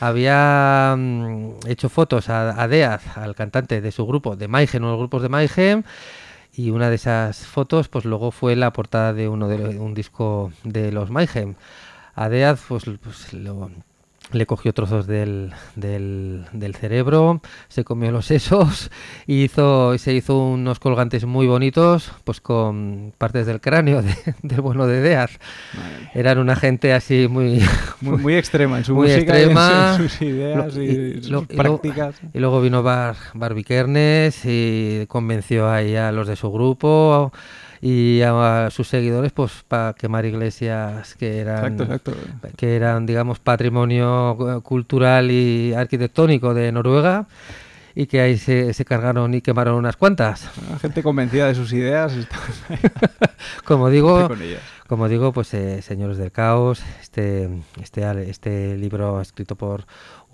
A: hecho fotos a Death, al cantante de su grupo, de Mayhem, uno de los grupos de Mayhem, y una de esas fotos pues luego fue la portada de un disco de los Mayhem. A Death pues le cogió trozos del cerebro, se comió los sesos y se hizo unos colgantes muy bonitos, pues con partes del cráneo del bueno de Death. Eran una gente así muy
B: extrema en su
A: muy
B: música,
A: extrema,
B: en sus ideas y sus prácticas.
A: Y luego vino Barbie Kernes y convenció ahí a los de su grupo y a sus seguidores pues para quemar iglesias que eran digamos patrimonio cultural y arquitectónico de Noruega, y que ahí se cargaron y quemaron unas cuantas.
B: Gente convencida de sus ideas.
A: Como digo, pues Señores del Caos, este libro escrito por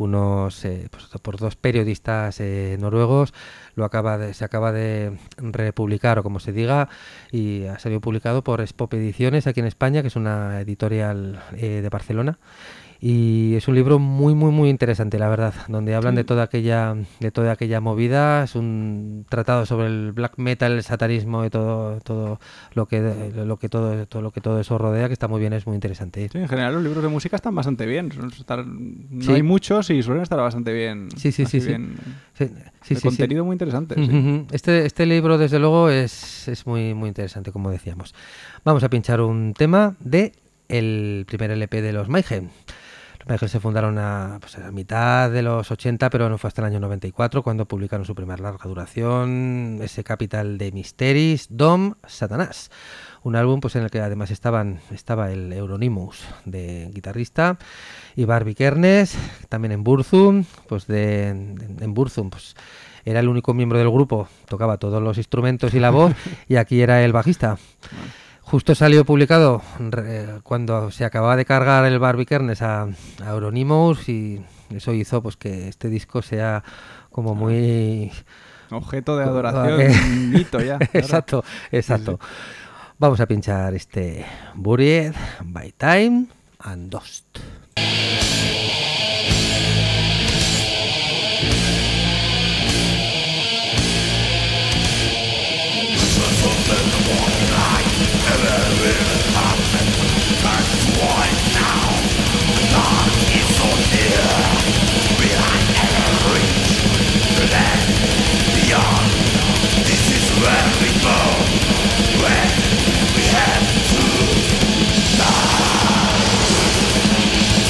A: por 2 periodistas noruegos, se acaba de republicar, o como se diga, y ha salido publicado por Spop Ediciones aquí en España, que es una editorial de Barcelona. Y es un libro muy muy muy interesante, la verdad, donde hablan de toda aquella movida. Es un tratado sobre el black metal, el satanismo y todo lo que todo eso rodea, que está muy bien, es muy interesante.
B: Sí, en general los libros de música están bastante bien. No hay muchos y suelen estar bastante bien.
A: Sí.
B: Contenido muy interesante.
A: Uh-huh. Este libro, desde luego, es muy muy interesante, como decíamos. Vamos a pinchar un tema de el primer LP de los Mayhem. Los Mayhem se fundaron a mitad de los 80, pero no fue hasta el año 94 cuando publicaron su primer larga duración, ese Capital de Mysteries, Dom, Satanás. Un álbum pues en el que además estaba el Euronymous de guitarrista y Barbie Kernes, también en Burzum, en Burzum pues era el único miembro del grupo, tocaba todos los instrumentos y la voz, y aquí era el bajista. Justo salió publicado cuando se acababa de cargar el Barbie Kernes a Euronymous, y eso hizo pues que este disco sea como muy...
B: objeto de adoración, mito ya.
A: Exacto. Sí. Vamos a pinchar este Buried by Time and Dust.
F: Where we have to die.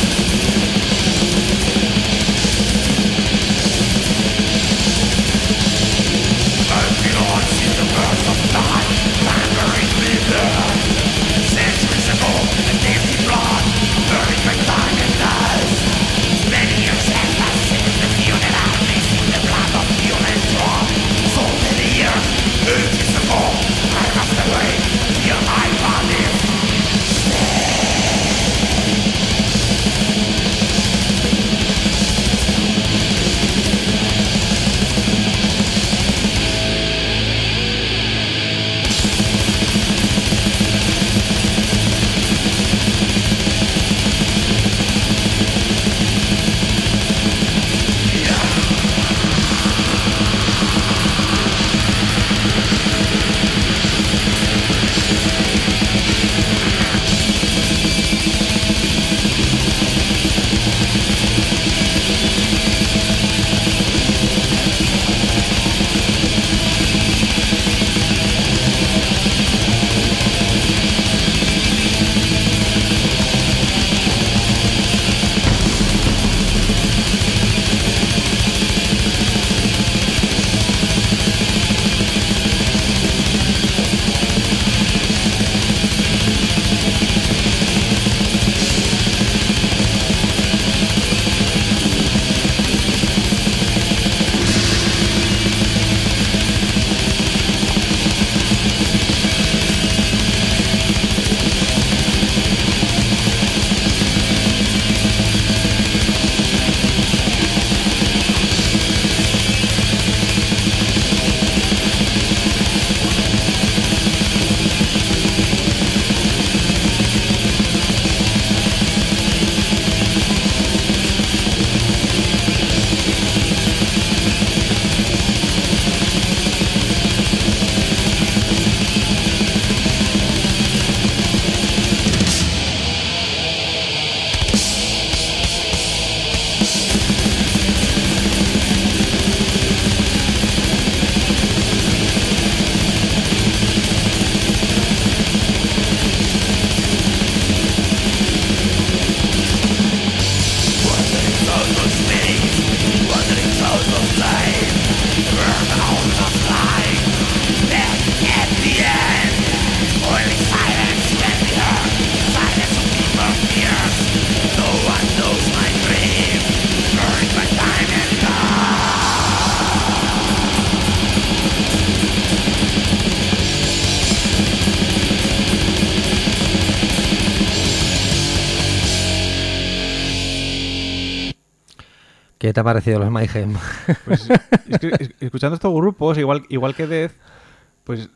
A: ¿Qué te ha parecido los Mayhem?
B: Pues es que escuchando estos grupos, igual que Death, pues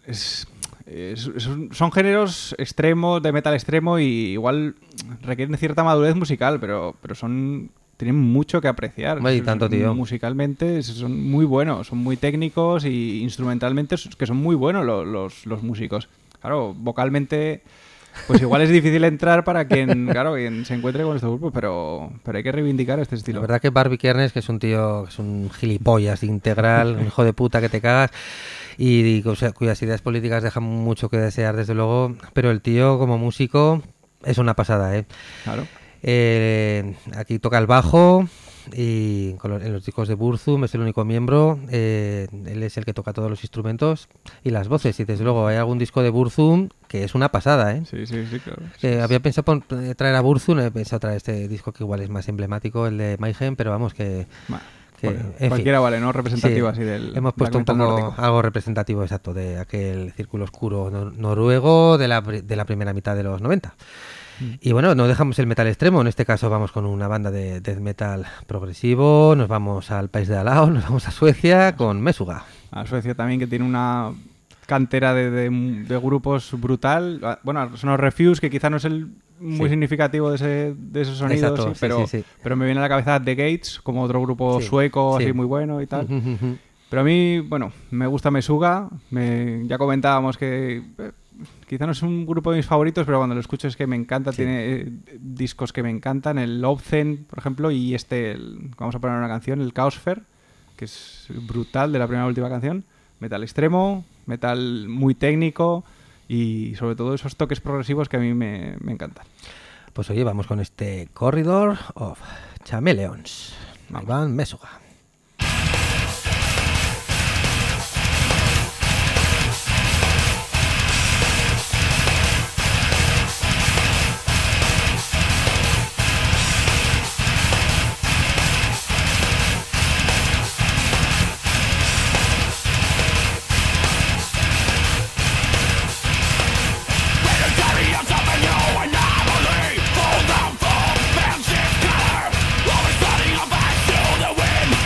B: son géneros extremos, de metal extremo, y igual requieren cierta madurez musical, pero tienen mucho que apreciar.
A: Y tanto, tío.
B: Musicalmente son muy buenos, son muy técnicos, y instrumentalmente que son muy buenos los músicos. Claro, vocalmente pues igual es difícil entrar para quien se encuentre con estos grupos, pero hay que reivindicar este estilo.
A: La verdad que Barbie Kernes, que es un tío, que es un gilipollas integral, un hijo de puta que te cagas, y cuyas ideas políticas dejan mucho que desear, desde luego, pero el tío como músico es una pasada, ¿eh?
B: Claro.
A: Aquí toca el bajo, y en los discos de Burzum es el único miembro. Él es el que toca todos los instrumentos y las voces, y desde luego hay algún disco de Burzum que es una pasada, ¿eh?
B: Sí, claro.
A: Había pensado traer a Burzum, he pensado traer este disco que igual es más emblemático, el de Mayhem, pero vamos que
B: cualquiera vale, ¿no? Representativo,
A: sí,
B: así del...
A: Hemos puesto un poco algo representativo, exacto, de aquel círculo oscuro noruego de la primera mitad de los 90. Y bueno, no dejamos el metal extremo, en este caso vamos con una banda de death metal progresivo, nos vamos al país de al lado, nos vamos a Suecia con Mesuga.
B: A Suecia también, que tiene una cantera de grupos brutal. Bueno, son los Refuse, que quizá no es el muy significativo de esos sonidos.
A: Exacto,
B: sí, pero me viene a la cabeza The Gates, como otro grupo sueco, así muy bueno y tal. Pero a mí, bueno, me gusta Mesuga. Ya comentábamos que quizá no es un grupo de mis favoritos, pero cuando lo escucho es que me encanta. Tiene discos que me encantan, el Obscene, por ejemplo, y vamos a poner una canción, el Chaosfer, que es brutal, de la primera y última canción. Metal extremo, metal muy técnico, y sobre todo esos toques progresivos que a mí me encantan.
A: Pues oye, vamos con este Corridor of Chameleons. Van Mesuga.
F: Always running on back to the wind.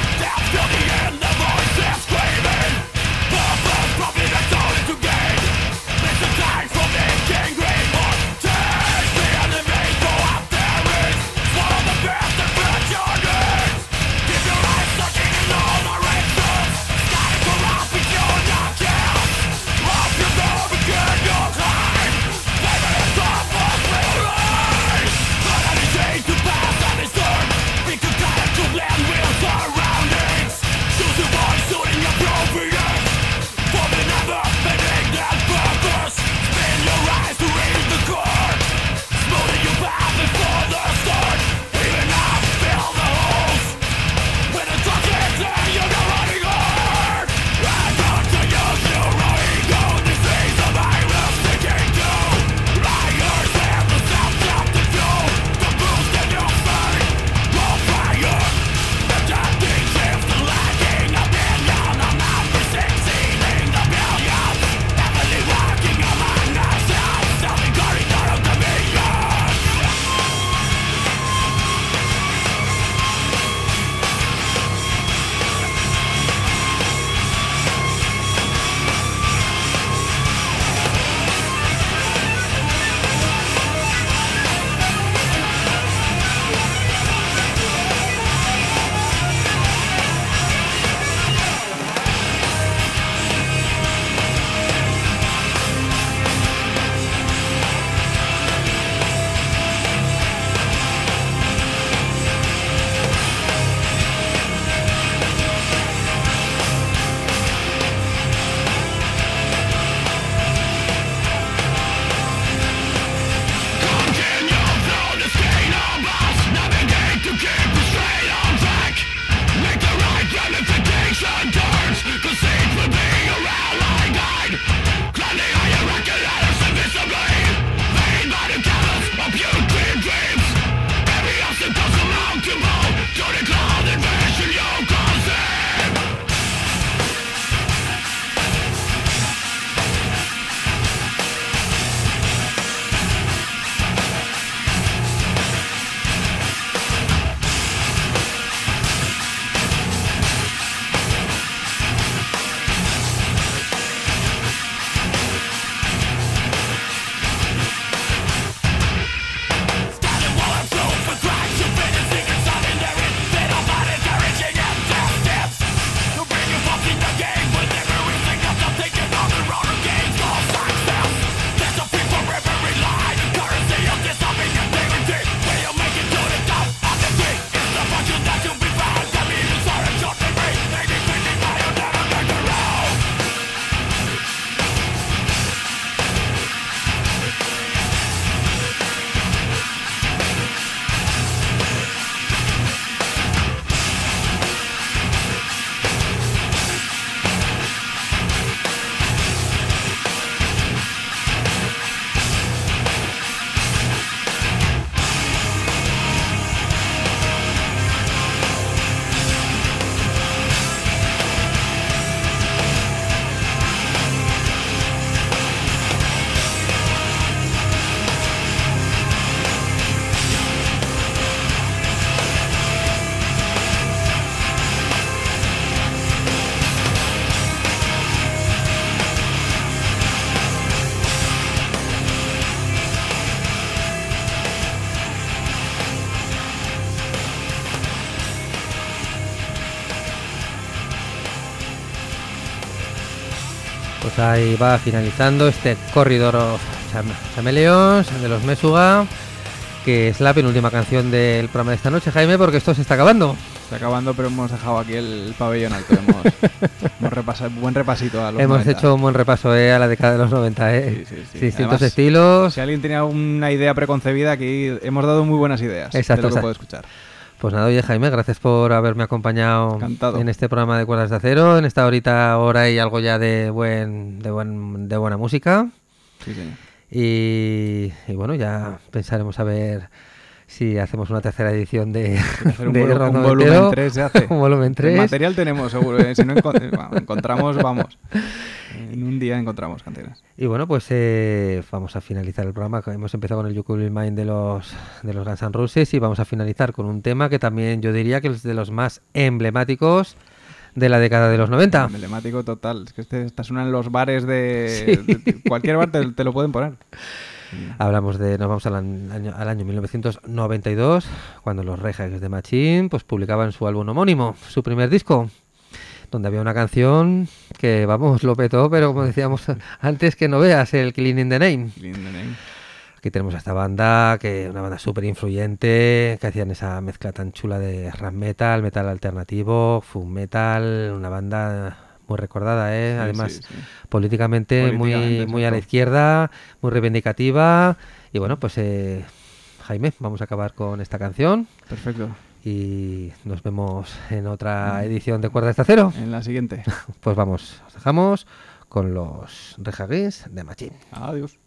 A: Pues ahí va finalizando este Corridor of Chameleons de los Meshuggah, que es la penúltima canción del programa de esta noche, Jaime, porque esto se está acabando.
B: Está acabando, pero hemos dejado aquí el pabellón alto. Hemos repasado, buen repasito a los
A: Hemos
B: 90.
A: hecho un buen repaso a la década de los 90.
B: Sí.
A: Distintos
B: Además,
A: estilos.
B: Si alguien tenía una idea preconcebida, aquí hemos dado muy buenas ideas.
A: Exacto,
B: de lo que puede escuchar.
A: Pues nada, oye Jaime, gracias por haberme acompañado
B: Encantado.
A: en este programa de Cuerdas de Acero, en esta hora y algo ya de buena música.
B: Sí, señor.
A: Y bueno, ya pensaremos a ver si hacemos una tercera edición de
B: Hacer un
A: Rondo
B: volumen
A: Entero.
B: 3 se hace.
A: Un volumen 3.
B: El material tenemos, seguro. Si no encontramos, vamos. En un día encontramos canciones.
A: Y bueno, pues vamos a finalizar el programa. Hemos empezado con el You Could Be Mine de los Guns N' Roses y vamos a finalizar con un tema que también yo diría que es de los más emblemáticos de la década de los 90.
B: Emblemático total. Es que esta suena en los bares
A: Sí.
B: de cualquier bar te lo pueden poner.
A: Nos vamos al año 1992, cuando los Rage Against the Machine pues publicaban su álbum homónimo, su primer disco, donde había una canción que, vamos, lo petó, pero como decíamos antes, que no veas, el Killing in the Name. Aquí tenemos a esta banda, una banda súper influyente, que hacían esa mezcla tan chula de rap metal, metal alternativo, funk metal, una banda muy recordada,
B: Sí,
A: además
B: sí.
A: políticamente muy a la
B: exacto.
A: izquierda, muy reivindicativa. Y bueno, pues Jaime, vamos a acabar con esta canción
B: Perfecto.
A: y nos vemos en otra edición de Cuerdas de Acero.
B: En la siguiente.
A: Pues vamos, os dejamos con los Rage Against the Machine.
B: Adiós.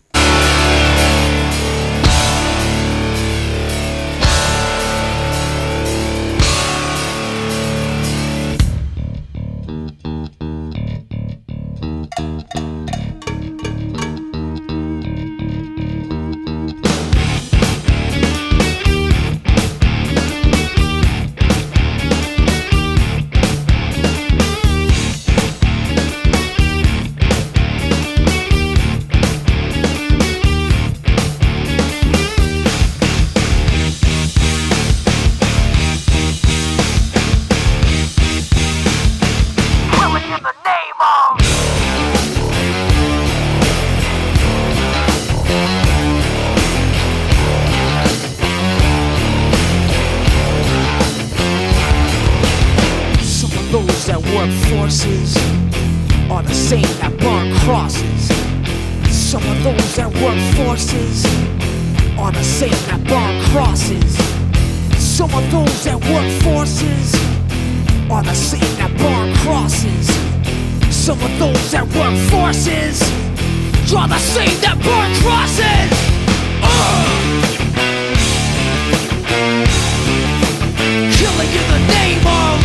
C: Some of those that work forces are the same that burn crosses. Some of those that work forces are the same that burn crosses. Some of those that work forces are the same that burn crosses. Some of those that work forces are the same that burn crosses. Killing in the name of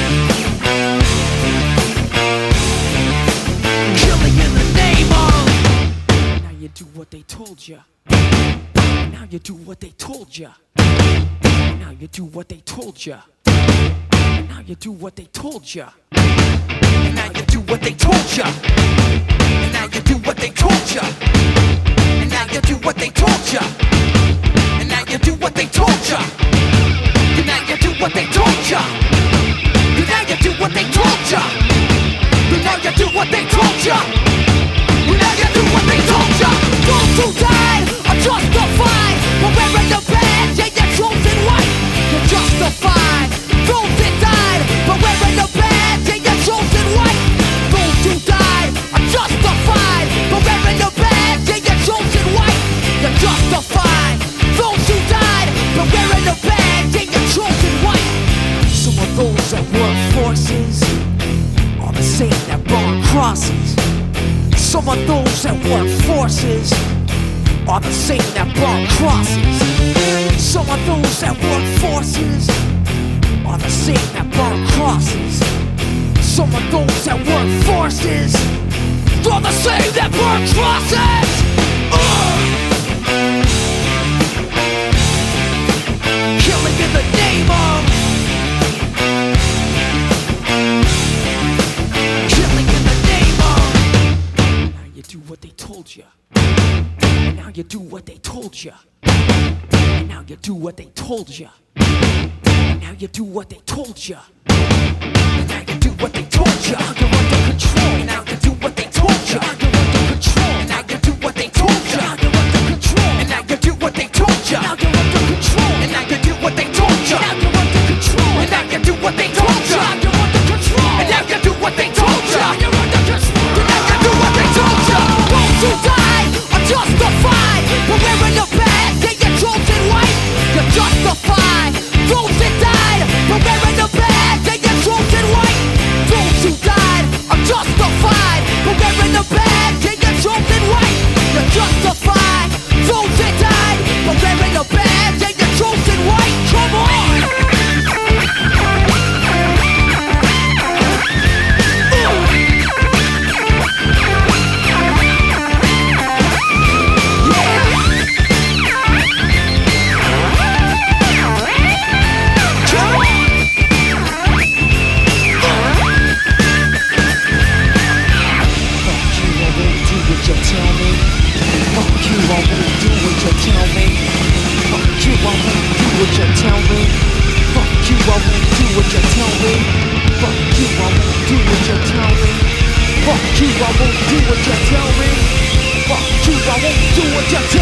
C: killing in the name of. Now you do what they told ya. Now you do what they told ya. Now you do what they told ya. Now you do what they told ya. Now you do what they told ya. Now you do what they told ya. And now you do what they told ya. And now you do what they told ya. And now you do what they told ya. And now you do what they told ya. And now you do what they told ya. And now you do what they told ya. Those who died are justified for wearing the badge and your chosen white. You're justified. Those that died for wearing the badge and your chosen white. Those who died are justified for wearing the badge and your chosen white. You're justified. Those who died for wearing the badge and your chosen white. Some of those that work forces are the same that burn crosses. Some of those that work forces are the same that burn crosses. Some of those that work forces are the same that burn crosses. Some of those that work forces are the same that burn crosses. Killing in the name of. Killing in the name of. Now you do what they told you. And now you do what they told you. And now you do what they told you. And now you do what they told you. And now you do what they told you. You're under control. Now you do what they told you. told you. Now you're under control. And now you do what they told you. Now you're under control. And now you do what they told you. Now you're under control. And now you do what they told you. Now you're under control. And now you do what they told you. Now you're under control. And now you do what they told you. Now you're under control. And now you do what they told you. Those who died are justified. But wearing the badge, they get chosen white. You're justified. Those that died, but wearing the badge, they get chosen white. Those who died are justified. But wearing the badge, they get chosen white. You're justified. Those that died, but wearing the badge, they get chosen white. Come on. Fuck you, I won't do what you tell me.